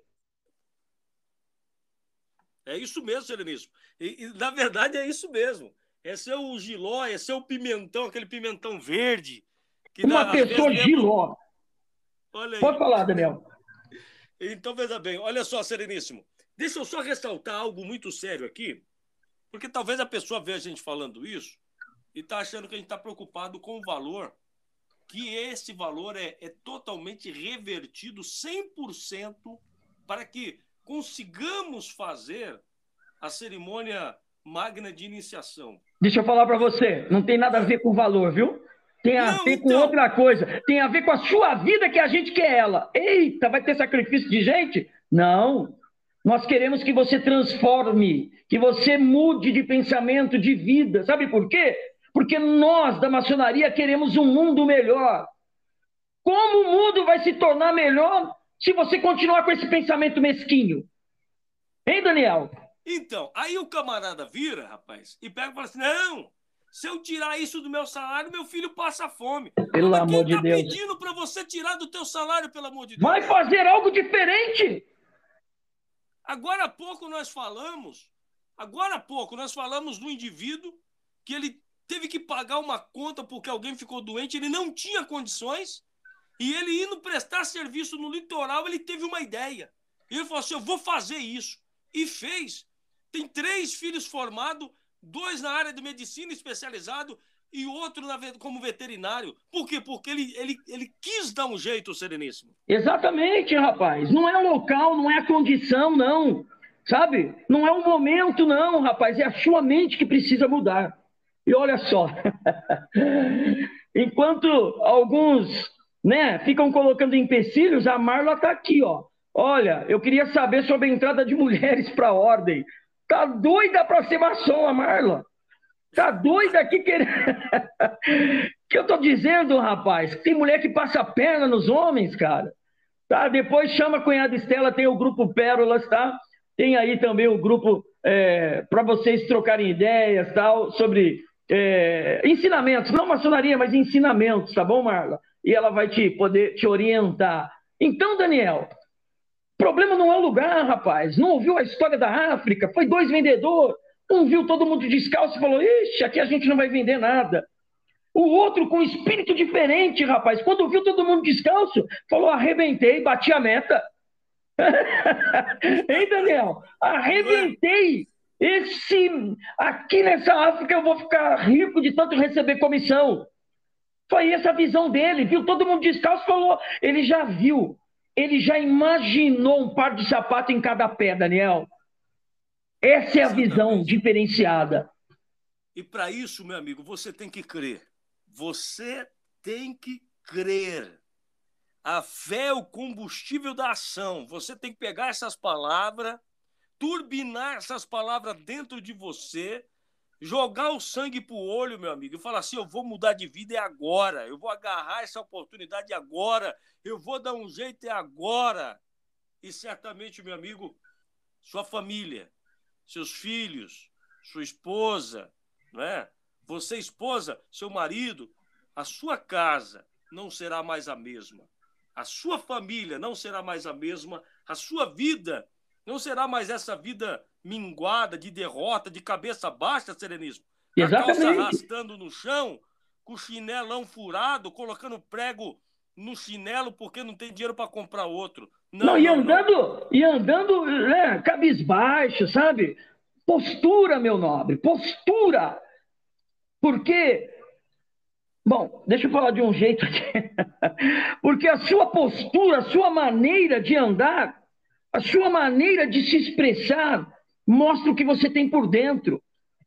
É isso mesmo, Sereníssimo. E, e, na verdade, é isso mesmo. Esse é o giló, esse é o pimentão, aquele pimentão verde. Que Uma dá, pessoa vezes, giló. Olha aí. Pode falar, Daniel. Então, veja bem. Olha só, Sereníssimo. Deixa eu só ressaltar algo muito sério aqui, porque talvez a pessoa veja a gente falando isso e está achando que a gente está preocupado com o valor, que esse valor é, é totalmente revertido cem por cento para que consigamos fazer a cerimônia magna de iniciação. Deixa eu falar para você, não tem nada a ver com o valor, viu? Tem a não, ver então... com outra coisa, tem a ver com a sua vida que a gente quer ela. Eita, vai ter sacrifício de gente? Não. Nós queremos que você transforme, que você mude de pensamento, de vida. Sabe por quê? Porque nós, da maçonaria, queremos um mundo melhor. Como o mundo vai se tornar melhor Se você continuar com esse pensamento mesquinho. Hein, Daniel? Então, aí o camarada vira, rapaz, e pega e fala assim, não, se eu tirar isso do meu salário, meu filho passa fome. Pelo Mas amor quem de tá Deus. pedindo para você tirar do teu salário, pelo amor de Deus? Vai fazer algo diferente. Agora há pouco nós falamos, agora há pouco nós falamos do indivíduo que ele teve que pagar uma conta porque alguém ficou doente, ele não tinha condições, e ele indo prestar serviço no litoral, ele teve uma ideia. Ele falou assim, eu vou fazer isso. E fez. Tem três filhos formados, dois na área de medicina especializado e outro na, como veterinário. Por quê? Porque ele, ele, ele quis dar um jeito, Sereníssimo. Exatamente, rapaz. Não é o local, não é a condição, não. Sabe? Não é o momento, não, rapaz. É a sua mente que precisa mudar. E olha só. Enquanto alguns, né, ficam colocando empecilhos, a Marla está aqui, ó. Olha, eu queria saber sobre a entrada de mulheres para a ordem. Tá doida para ser maçom, a Marla. Tá doida aqui querendo... que eu tô dizendo, rapaz, tem mulher que passa a perna nos homens, cara. Tá? Depois chama a cunhada Estela, tem o grupo Pérolas, tá? Tem aí também o grupo é, para vocês trocarem ideias, tal, sobre é, ensinamentos, não maçonaria, mas ensinamentos, tá bom, Marla? E ela vai te poder te orientar. Então, Daniel, o problema não é o lugar, rapaz. Não ouviu a história da África? Foi dois vendedores. Um viu todo mundo descalço e falou, ixi, aqui a gente não vai vender nada. O outro com espírito diferente, rapaz. Quando viu todo mundo descalço, falou, arrebentei, bati a meta. Hein, Daniel? Arrebentei. Esse... Aqui nessa África eu vou ficar rico de tanto receber comissão. Foi essa a visão dele. Viu todo mundo descalço e falou, ele já viu. Ele já imaginou um par de sapato em cada pé, Daniel. Essa é a visão diferenciada. E para isso, meu amigo, você tem que crer. Você tem que crer. A fé é o combustível da ação. Você tem que pegar essas palavras, turbinar essas palavras dentro de você, jogar o sangue pro olho, meu amigo, e falar assim, eu vou mudar de vida é agora. Eu vou agarrar essa oportunidade agora. Eu vou dar um jeito é agora. E certamente, meu amigo, sua família, seus filhos, sua esposa, não é? Você, esposa, seu marido, a sua casa não será mais a mesma. A sua família não será mais a mesma. A sua vida não será mais essa vida minguada, de derrota, de cabeça baixa, Sereníssimo. Exatamente. A calça arrastando no chão, com o chinelão furado, colocando prego no chinelo porque não tem dinheiro para comprar outro. Não, não, e não, andando, não. e andando né, cabisbaixo, sabe? Postura, meu nobre, postura. Porque, bom, deixa eu falar de um jeito aqui. Porque a sua postura, a sua maneira de andar, a sua maneira de se expressar, mostra o que você tem por dentro.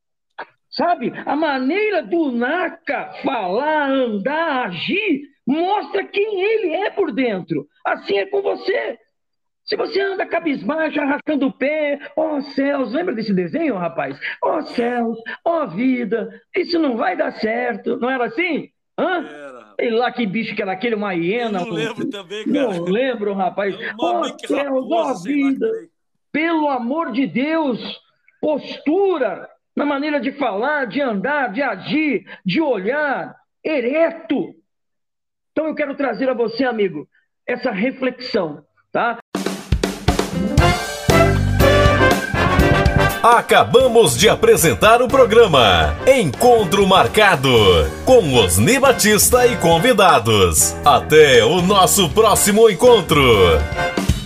Sabe? A maneira do Naka falar, andar, agir, mostra quem ele é por dentro. Assim é com você. Se você anda cabisbaixo, arrastando o pé, ó céus, lembra desse desenho, rapaz? Ó céus, ó vida, isso não vai dar certo. Não era assim? Hã? Era. Sei lá que bicho que era aquele, uma hiena. Eu não um... lembro também, cara. Não lembro, rapaz. Ó céus, ó vida. Pelo amor de Deus, postura na maneira de falar, de andar, de agir, de olhar, ereto. Então eu quero trazer a você, amigo, essa reflexão, tá? Acabamos de apresentar o programa Encontro Marcado com Osni Batista e convidados. Até o nosso próximo encontro.